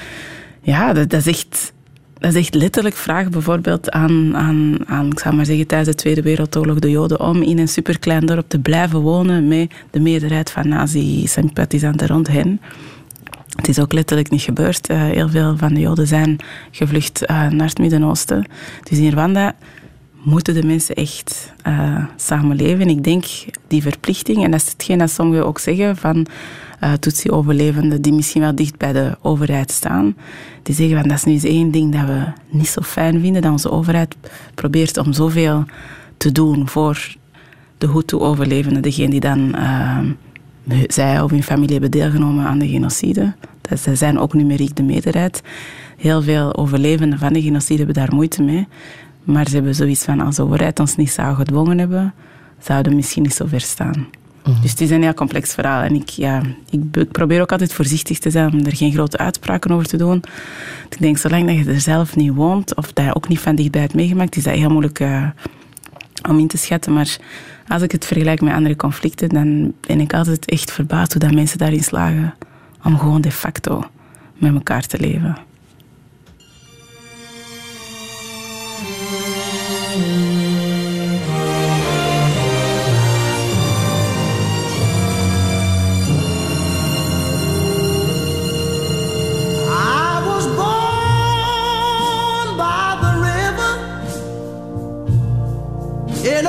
ja, dat, dat is echt... Dat is echt letterlijk vragen bijvoorbeeld aan, aan, aan, ik zou maar zeggen, tijdens de Tweede Wereldoorlog de Joden om in een superklein dorp te blijven wonen met de meerderheid van nazi-sympathisanten rond hen. Het is ook letterlijk niet gebeurd. Uh, heel veel van de Joden zijn gevlucht uh, naar het Midden-Oosten. Dus in Rwanda moeten de mensen echt uh, samenleven. En ik denk die verplichting, en dat is hetgeen dat sommigen ook zeggen van uh, Tutsi-overlevenden die misschien wel dicht bij de overheid staan. Die zeggen van dat is nu eens één ding dat we niet zo fijn vinden, dat onze overheid probeert om zoveel te doen voor de Hutu-overlevenden, degene die dan uh, zij of hun familie hebben deelgenomen aan de genocide. Dat, zij zijn ook numeriek de meerderheid. Heel veel overlevenden van de genocide hebben daar moeite mee. Maar ze hebben zoiets van, als de overheid ons niet zou gedwongen hebben, zouden we misschien niet zo ver staan. Mm-hmm. Dus het is een heel complex verhaal. En ik, ja, ik probeer ook altijd voorzichtig te zijn om er geen grote uitspraken over te doen. Ik denk, zolang dat je er zelf niet woont, of dat je ook niet van dichtbij hebt meegemaakt, is dat heel moeilijk uh, om in te schatten. Maar als ik het vergelijk met andere conflicten, dan ben ik altijd echt verbaasd hoe dat mensen daarin slagen om gewoon de facto met elkaar te leven.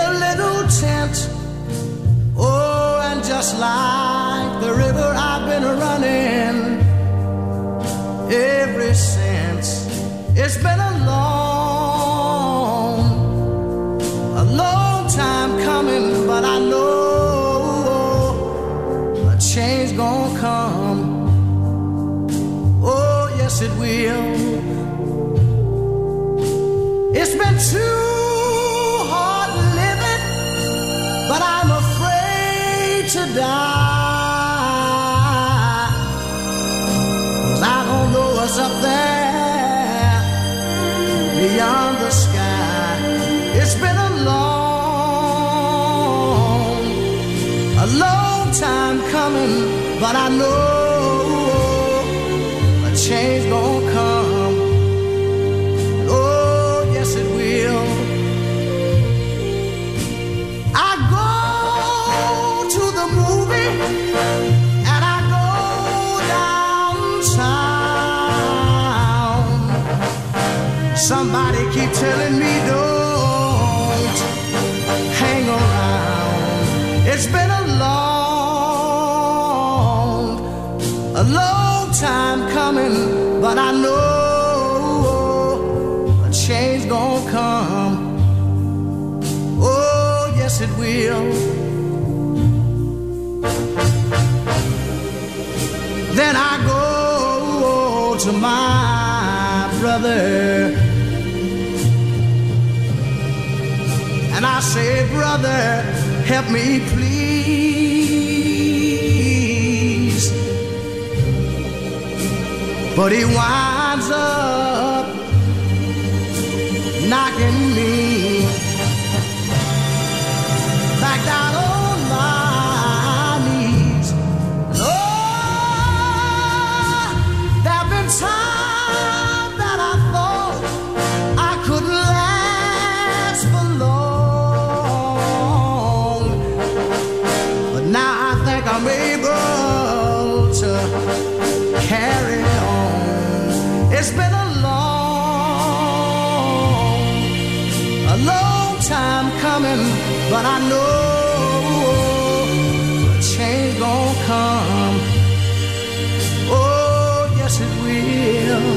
a little tent. Oh, and just like the river I've been running ever since. It's been a long, a long time coming, but I know a change gonna come. Oh, yes it will. It's been too hard living, but I'm afraid to die. 'Cause I don't know what's up there beyond the sky. It's been a long, a long time coming, but I know a change gonna come. Oh, yes it will. I go to the movie and I go downtown. Somebody keep telling me don't hang around. It's been a long, a long time coming, but I know a change gonna come. Oh, yes it will. Then I go to my brother and I say, brother, help me please. But he winds up knocking me back down on my knees. Oh, there've been times that I thought I couldn't last for long, but now I think I'm able to carry on. It's been a long, a long time coming, but I know a change gon' come. Oh, yes it will.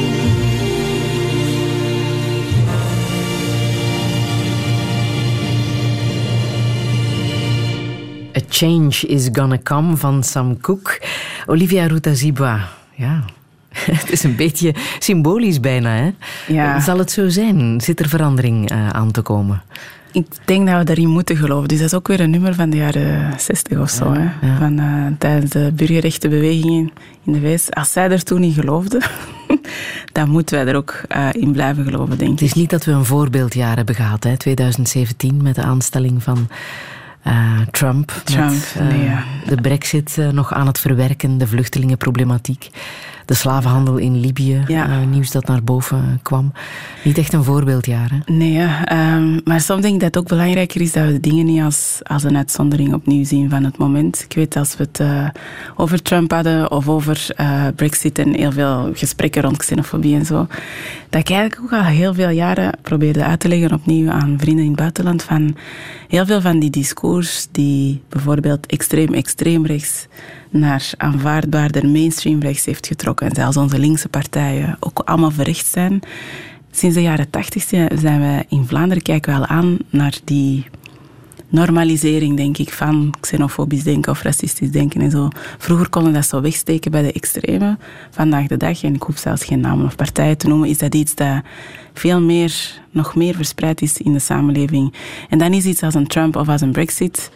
A Change is Gonna Come van Sam Cooke. Olivia Rutazibwa, ja... Het is een beetje symbolisch bijna, hè? Ja. Zal het zo zijn? Zit er verandering uh, aan te komen? Ik denk dat we daarin moeten geloven. Dus dat is ook weer een nummer van de jaren zestig of zo. Ja, hè? Ja. Van, uh, tijdens de burgerrechtenbewegingen in de W S. Als zij er toen in geloofden, dan moeten wij er ook uh, in blijven geloven, denk ik. Het is niet dat we een voorbeeldjaar hebben gehad, hè? twintig zeventien, met de aanstelling van uh, Trump. Trump, met, uh, nee, ja. De brexit uh, nog aan het verwerken, de vluchtelingenproblematiek. De slavenhandel in Libië, ja. uh, nieuws dat naar boven kwam. Niet echt een voorbeeldjaar, hè? Nee, ja, um, maar soms denk ik dat het ook belangrijker is dat we de dingen niet als, als een uitzondering opnieuw zien van het moment. Ik weet, als we het uh, over Trump hadden of over uh, Brexit en heel veel gesprekken rond xenofobie en zo, dat ik eigenlijk ook al heel veel jaren probeerde uit te leggen opnieuw aan vrienden in het buitenland van heel veel van die discours die bijvoorbeeld extreem, extreem rechts naar aanvaardbaarder mainstream rechts heeft getrokken. En zelfs onze linkse partijen ook allemaal verrecht zijn. Sinds de jaren tachtig zijn we in Vlaanderen, kijken we al aan naar die normalisering, denk ik, van xenofobisch denken of racistisch denken en zo. Vroeger konden we dat zo wegsteken bij de extreme. Vandaag de dag, en ik hoef zelfs geen namen of partijen te noemen, is dat iets dat veel meer, nog meer verspreid is in de samenleving. En dan is iets als een Trump of als een Brexit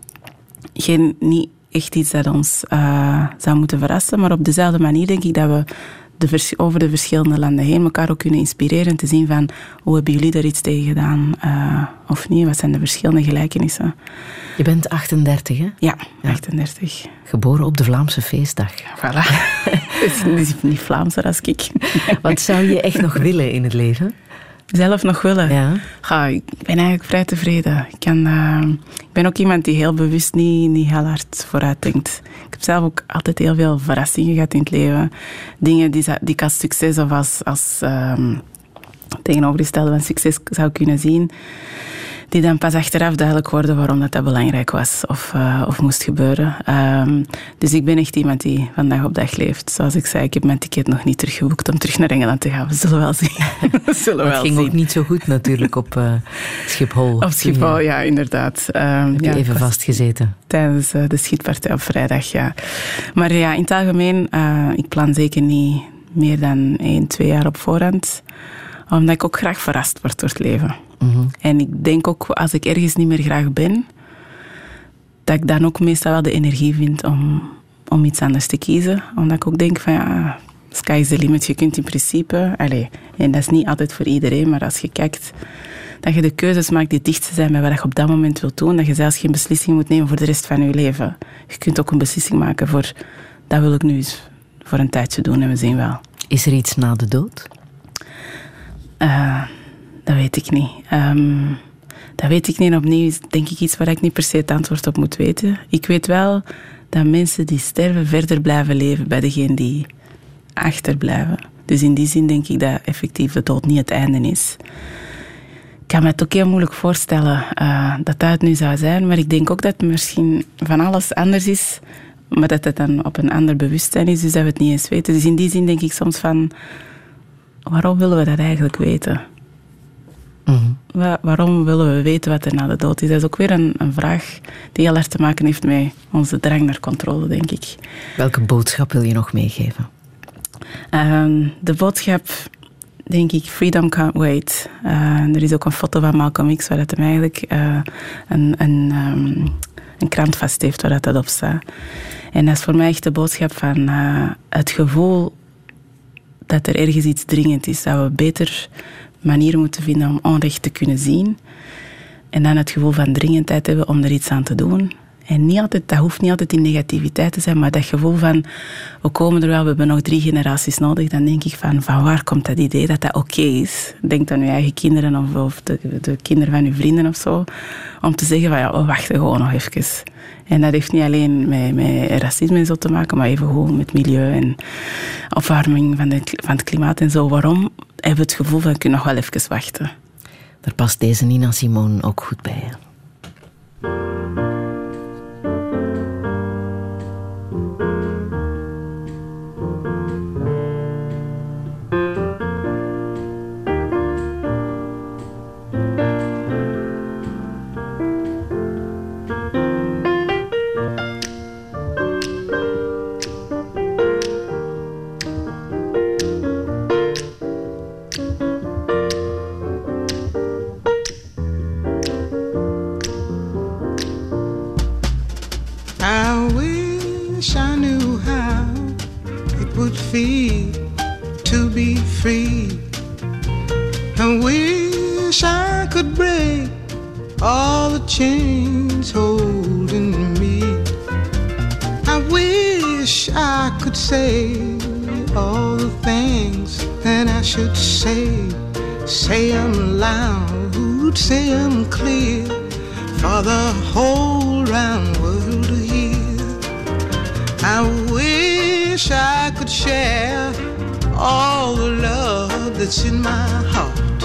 geen, niet echt iets dat ons uh, zou moeten verrassen, maar op dezelfde manier denk ik dat we de vers- over de verschillende landen heen elkaar ook kunnen inspireren te zien van hoe hebben jullie er iets tegen gedaan uh, of niet, wat zijn de verschillende gelijkenissen. Je bent achtendertig, hè? Ja, achtendertig. Geboren op de Vlaamse feestdag. Voilà. Het is niet Vlaamser als ik. Wat zou je echt nog willen in het leven? Zelf nog willen? Ja. Ja, ik ben eigenlijk vrij tevreden. Ik, kan, uh, ik ben ook iemand die heel bewust niet, niet heel hard vooruit denkt. Ik heb zelf ook altijd heel veel verrassingen gehad in het leven. Dingen die, die ik als succes of als, als um, tegenovergestelde van succes zou kunnen zien. die dan pas achteraf duidelijk worden waarom dat, dat belangrijk was of, uh, of moest gebeuren. Um, dus ik ben echt iemand die van dag op dag leeft. Zoals ik zei, ik heb mijn ticket nog niet teruggeboekt om terug naar Engeland te gaan. We zullen wel zien. We zullen het wel ging zien. ook niet zo goed natuurlijk op uh, Schiphol. Op Schiphol, ja, inderdaad. Um, heb je ja, even vastgezeten? Tijdens uh, de schietpartij op vrijdag, ja. Maar ja, in het algemeen, uh, ik plan zeker niet meer dan één, twee jaar op voorhand. Omdat ik ook graag verrast word door het leven. Mm-hmm. En ik denk ook, als ik ergens niet meer graag ben, dat ik dan ook meestal wel de energie vind om, om iets anders te kiezen. Omdat ik ook denk van, ja, sky is the limit. Je kunt in principe, allez, en dat is niet altijd voor iedereen, maar als je kijkt, dat je de keuzes maakt die het dichtst zijn bij wat je op dat moment wilt doen, dat je zelfs geen beslissing moet nemen voor de rest van je leven. Je kunt ook een beslissing maken voor, dat wil ik nu eens voor een tijdje doen en we zien wel. Is er iets na de dood? Uh, dat weet ik niet. Um, dat weet ik niet. Opnieuw is denk ik iets waar ik niet per se het antwoord op moet weten. Ik weet wel dat mensen die sterven verder blijven leven bij degenen die achterblijven. Dus in die zin denk ik dat effectief de dood niet het einde is. Ik kan me het ook heel moeilijk voorstellen uh, dat dat het nu zou zijn, maar ik denk ook dat het misschien van alles anders is, maar dat het dan op een ander bewustzijn is, dus dat we het niet eens weten. Dus in die zin denk ik soms van, waarom willen we dat eigenlijk weten? Mm-hmm. Wa- waarom willen we weten wat er na de dood is? Dat is ook weer een, een vraag die heel erg te maken heeft met onze drang naar controle, denk ik. Welke boodschap wil je nog meegeven? Uh, de boodschap, denk ik, freedom can't wait. Uh, er is ook een foto van Malcolm X waar dat hem eigenlijk uh, een, een, um, een krant vast heeft waar dat, dat op staat. En dat is voor mij echt de boodschap van uh, het gevoel dat er ergens iets dringend is. Dat we beter manieren moeten vinden om onrecht te kunnen zien. En dan het gevoel van dringendheid hebben om er iets aan te doen. En niet altijd, dat hoeft niet altijd in negativiteit te zijn, maar dat gevoel van, we komen er wel, we hebben nog drie generaties nodig, dan denk ik van, van waar komt dat idee dat dat oké okay is? Denk aan je eigen kinderen of, of de, de kinderen van je vrienden of zo, om te zeggen van, ja, we wachten gewoon nog even. En dat heeft niet alleen met, met racisme en zo te maken, maar even gewoon met milieu en opwarming van, de, van het klimaat en zo. Waarom hebben we het gevoel van, we kunnen nog wel even wachten? Daar past deze Nina Simone ook goed bij, hè? That's in my heart.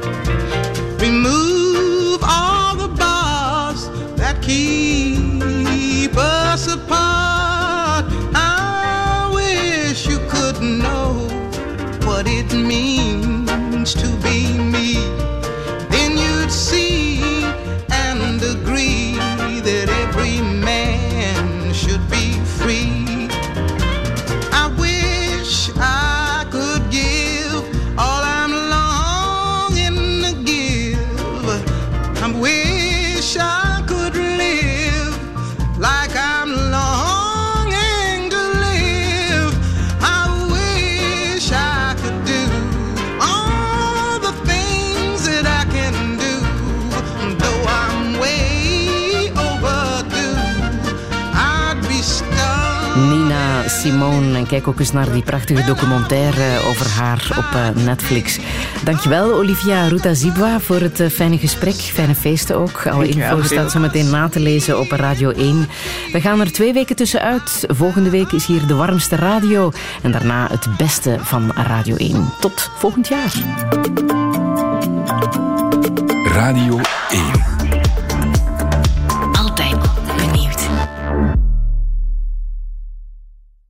Remove all the bars that keep us apart. I wish you could know what it means to be me. Then you'd see and agree that every man should be free. I wish I could give all I'm longing to give. I wish I could live like I'm longing to live. I wish I could do all the things that I can do, though I'm way overdue. I'd be stunned. Nina Simone. En kijk ook eens naar die prachtige documentaire over haar op uh, Netflix. Dankjewel, Olivia Ruta-Zibwa, voor het uh, fijne gesprek. Fijne feesten ook. Alle info staat zo meteen na te lezen op Radio één. We gaan er twee weken tussenuit. Volgende week is hier de warmste radio. En daarna het beste van Radio één. Tot volgend jaar. Radio één.